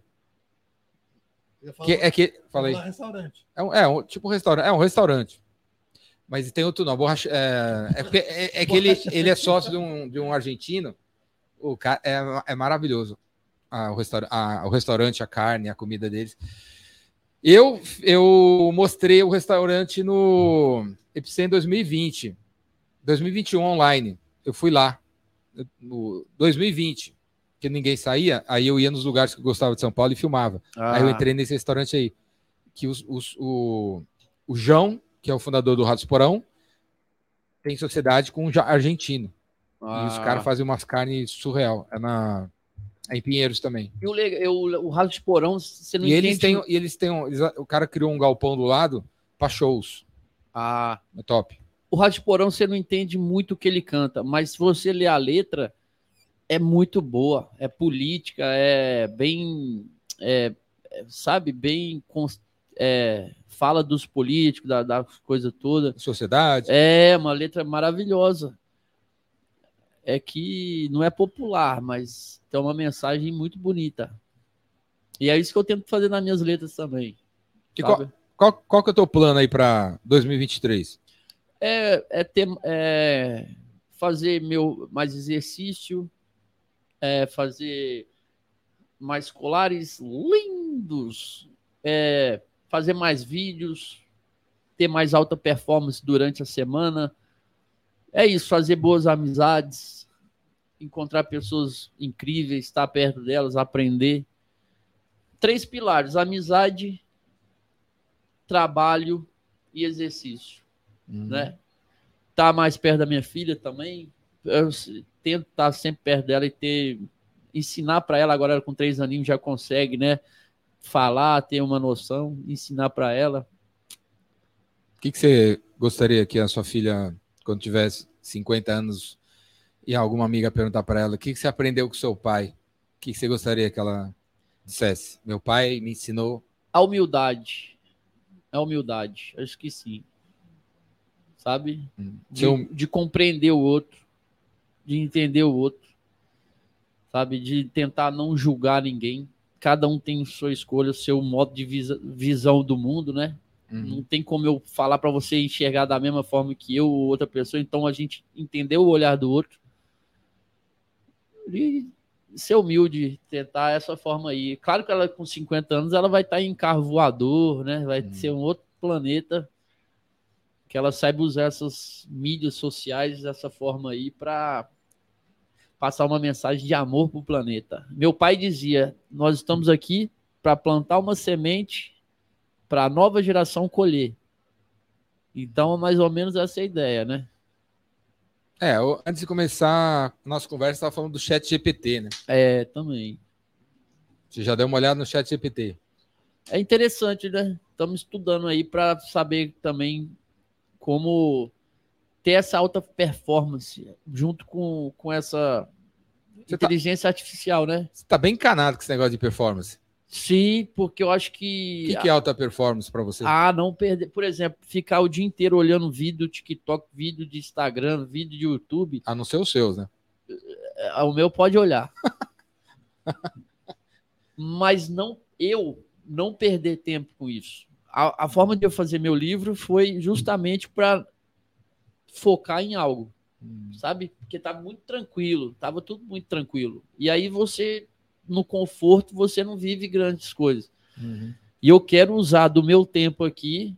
Falei. Restaurante. Tipo um restaurante. É um restaurante. Mas tem outro nome. Que ele é sócio de um argentino o cara é maravilhoso. O restaurante, a carne, a comida deles. Eu mostrei o restaurante no Epicentro 2020, 2021 online. Eu fui lá no 2020, que ninguém saía, aí eu ia nos lugares que eu gostava de São Paulo e filmava. Aí eu entrei nesse restaurante aí, que o João, que é o fundador do Ratos Porão, tem sociedade com um argentino. E os caras fazem umas carnes surreal. É em Pinheiros também. E o Rato de Porão, você não entende... O cara criou um galpão do lado para shows. É top. O Rato de Porão, você não entende muito o que ele canta, mas se você ler a letra, é muito boa. É política, é bem... sabe? Bem... fala dos políticos, da coisa toda. Sociedade. É uma letra maravilhosa. É que não é popular, mas tem uma mensagem muito bonita. E é isso que eu tento fazer nas minhas letras também. E qual que é o teu plano aí para 2023? Fazer mais exercício, fazer mais colares lindos, fazer mais vídeos, ter mais alta performance durante a semana. É isso, fazer boas amizades, encontrar pessoas incríveis, estar perto delas, aprender. 3 pilares: amizade, trabalho e exercício. Né? Estar mais perto da minha filha também. Eu tento estar sempre perto dela e ensinar para ela. Agora ela com 3 aninhos já consegue, né? Falar, ter uma noção, ensinar para ela. O que você gostaria que a sua filha, quando tivesse 50 anos, e alguma amiga perguntar para ela o que você aprendeu com seu pai? O que você gostaria que ela dissesse? Meu pai me ensinou... A humildade. A humildade. Acho que sim. Sabe? De compreender o outro. De entender o outro. Sabe? De tentar não julgar ninguém. Cada um tem sua escolha, seu modo de visão do mundo, né? Não tem como eu falar para você enxergar da mesma forma que eu ou outra pessoa. Então a gente entender o olhar do outro e ser humilde, tentar essa forma aí. Claro que ela com 50 anos ela vai estar em carro voador, né? Vai ser um outro planeta, que ela saiba usar essas mídias sociais dessa forma aí para passar uma mensagem de amor pro planeta. Meu pai dizia: nós estamos aqui para plantar uma semente para a nova geração colher. Então, mais ou menos essa é a ideia, né? Antes de começar a nossa conversa, estava falando do chat GPT, né? Também. Você já deu uma olhada no chat GPT? É interessante, né? Estamos estudando aí para saber também como ter essa alta performance junto com essa inteligência artificial, né? Você está bem encanado com esse negócio de performance. Sim, porque eu acho que... O que é alta performance para você? Não perder. Por exemplo, ficar o dia inteiro olhando vídeo do TikTok, vídeo de Instagram, vídeo de YouTube. A não ser os seus, né? O meu pode olhar. Mas eu não perder tempo com isso. A forma de eu fazer meu livro foi justamente para focar em algo, sabe? Porque estava muito tranquilo, estava tudo muito tranquilo. E aí você... no conforto, você não vive grandes coisas. E eu quero usar do meu tempo aqui,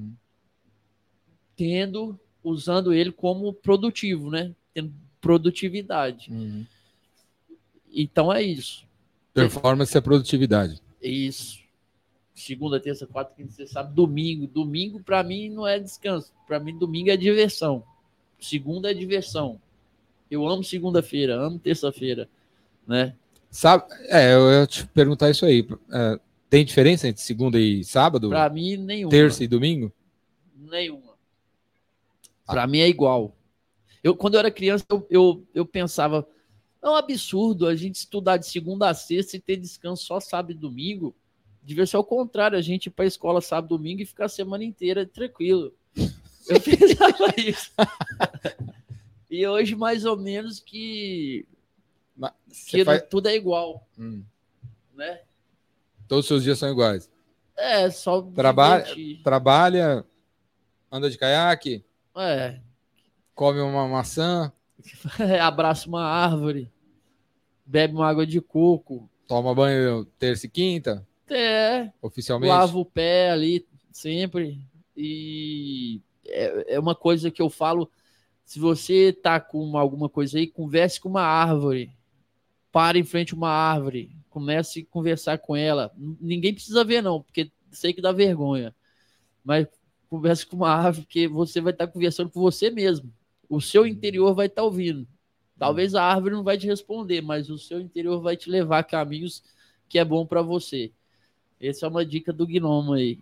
usando ele como produtivo, né? Tendo produtividade. Então é isso. Performance é produtividade. Isso. Segunda, terça, quarta, quinta, sexta, sábado, domingo. Domingo, para mim, não é descanso. Para mim, domingo é diversão. Segunda é diversão. Eu amo segunda-feira, amo terça-feira, né? Sabe, eu ia te perguntar isso aí. Tem diferença entre segunda e sábado? Para mim, nenhuma. Terça e domingo? Nenhuma. Para mim é igual. Quando eu era criança, eu pensava, é um absurdo a gente estudar de segunda a sexta e ter descanso só sábado e domingo. Devia ser ao contrário, a gente ir para a escola sábado e domingo e ficar a semana inteira tranquilo. Eu pensava isso. E hoje, mais ou menos, que tudo é igual. Né? Todos os seus dias são iguais. Só trabalha, anda de caiaque, come uma maçã, abraça uma árvore. bebe uma água de coco. Toma banho terça e quinta, oficialmente. Lava o pé ali sempre. E é uma coisa que eu falo, se você tá com alguma coisa aí, converse com uma árvore. Pare em frente a uma árvore. Comece a conversar com ela. Ninguém precisa ver, não, porque sei que dá vergonha. Mas converse com uma árvore, porque você vai estar conversando com você mesmo. O seu interior vai estar ouvindo. Talvez a árvore não vai te responder, mas o seu interior vai te levar a caminhos que é bom para você. Essa é uma dica do Gnomo aí.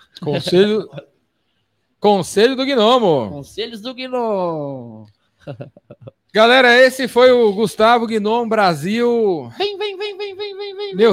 Conselho do Gnomo. Conselhos do Gnomo. Galera, esse foi o Gustavo Gnomo Brasil. Vem. Meu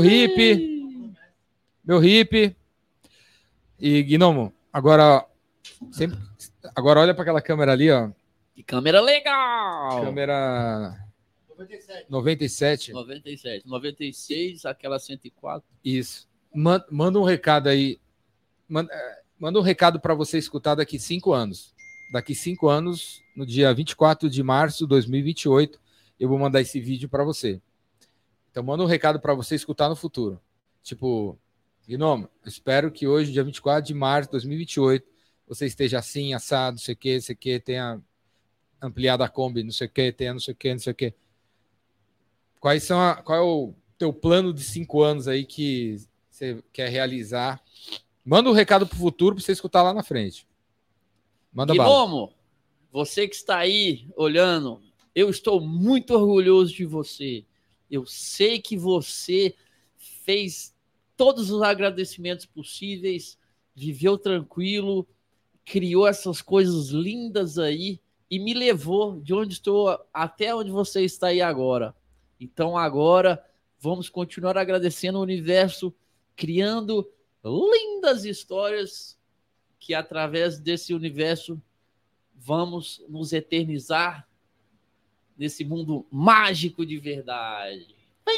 hippie. E Gnomo, agora olha para aquela câmera ali, ó. Que câmera legal! Câmera 97. 96, aquela 104. Isso. Manda um recado aí. Manda um recado para você escutar daqui 5 anos. Daqui 5 anos, no dia 24 de março de 2028, eu vou mandar esse vídeo para você. Então, manda um recado para você escutar no futuro. Tipo, Gnomo, espero que hoje, dia 24 de março de 2028, você esteja assim, assado, não sei o que, tenha ampliado a Kombi, não sei o que, tenha não sei o que. Qual é o teu plano de 5 anos aí que você quer realizar? Manda um recado pro futuro para você escutar lá na frente. Manda bala. Gnomo, você que está aí olhando, eu estou muito orgulhoso de você. Eu sei que você fez todos os agradecimentos possíveis, viveu tranquilo, criou essas coisas lindas aí e me levou de onde estou até onde você está aí agora. Então agora vamos continuar agradecendo o universo, criando lindas histórias que através desse universo vamos nos eternizar nesse mundo mágico de verdade.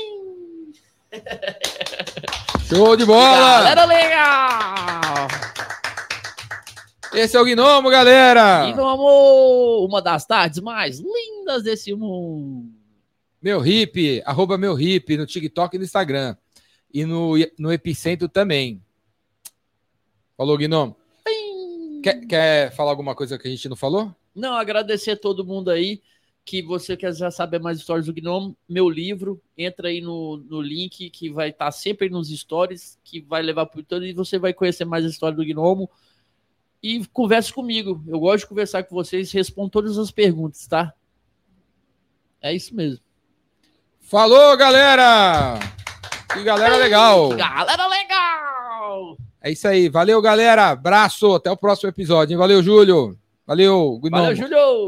Show de bola! Galera legal! Esse é o Gnomo, galera! Gnomo, uma das tardes mais lindas desse mundo. Meu hippie, @meuhippie no TikTok e no Instagram. E no Epicentro também. Falou, Gnomo. Quer falar alguma coisa que a gente não falou? Não, agradecer a todo mundo aí, que você quer já saber mais histórias do Gnomo, meu livro, entra aí no link que vai estar sempre nos stories, que vai levar para o todo e você vai conhecer mais a história do Gnomo. E converse comigo, eu gosto de conversar com vocês, respondo todas as perguntas, tá? É isso mesmo. Falou, galera! Que galera legal! Galera legal! É isso aí, valeu, galera! Abraço, até o próximo episódio, hein? Valeu, Júlio! Valeu, Gnomo! Valeu, Júlio!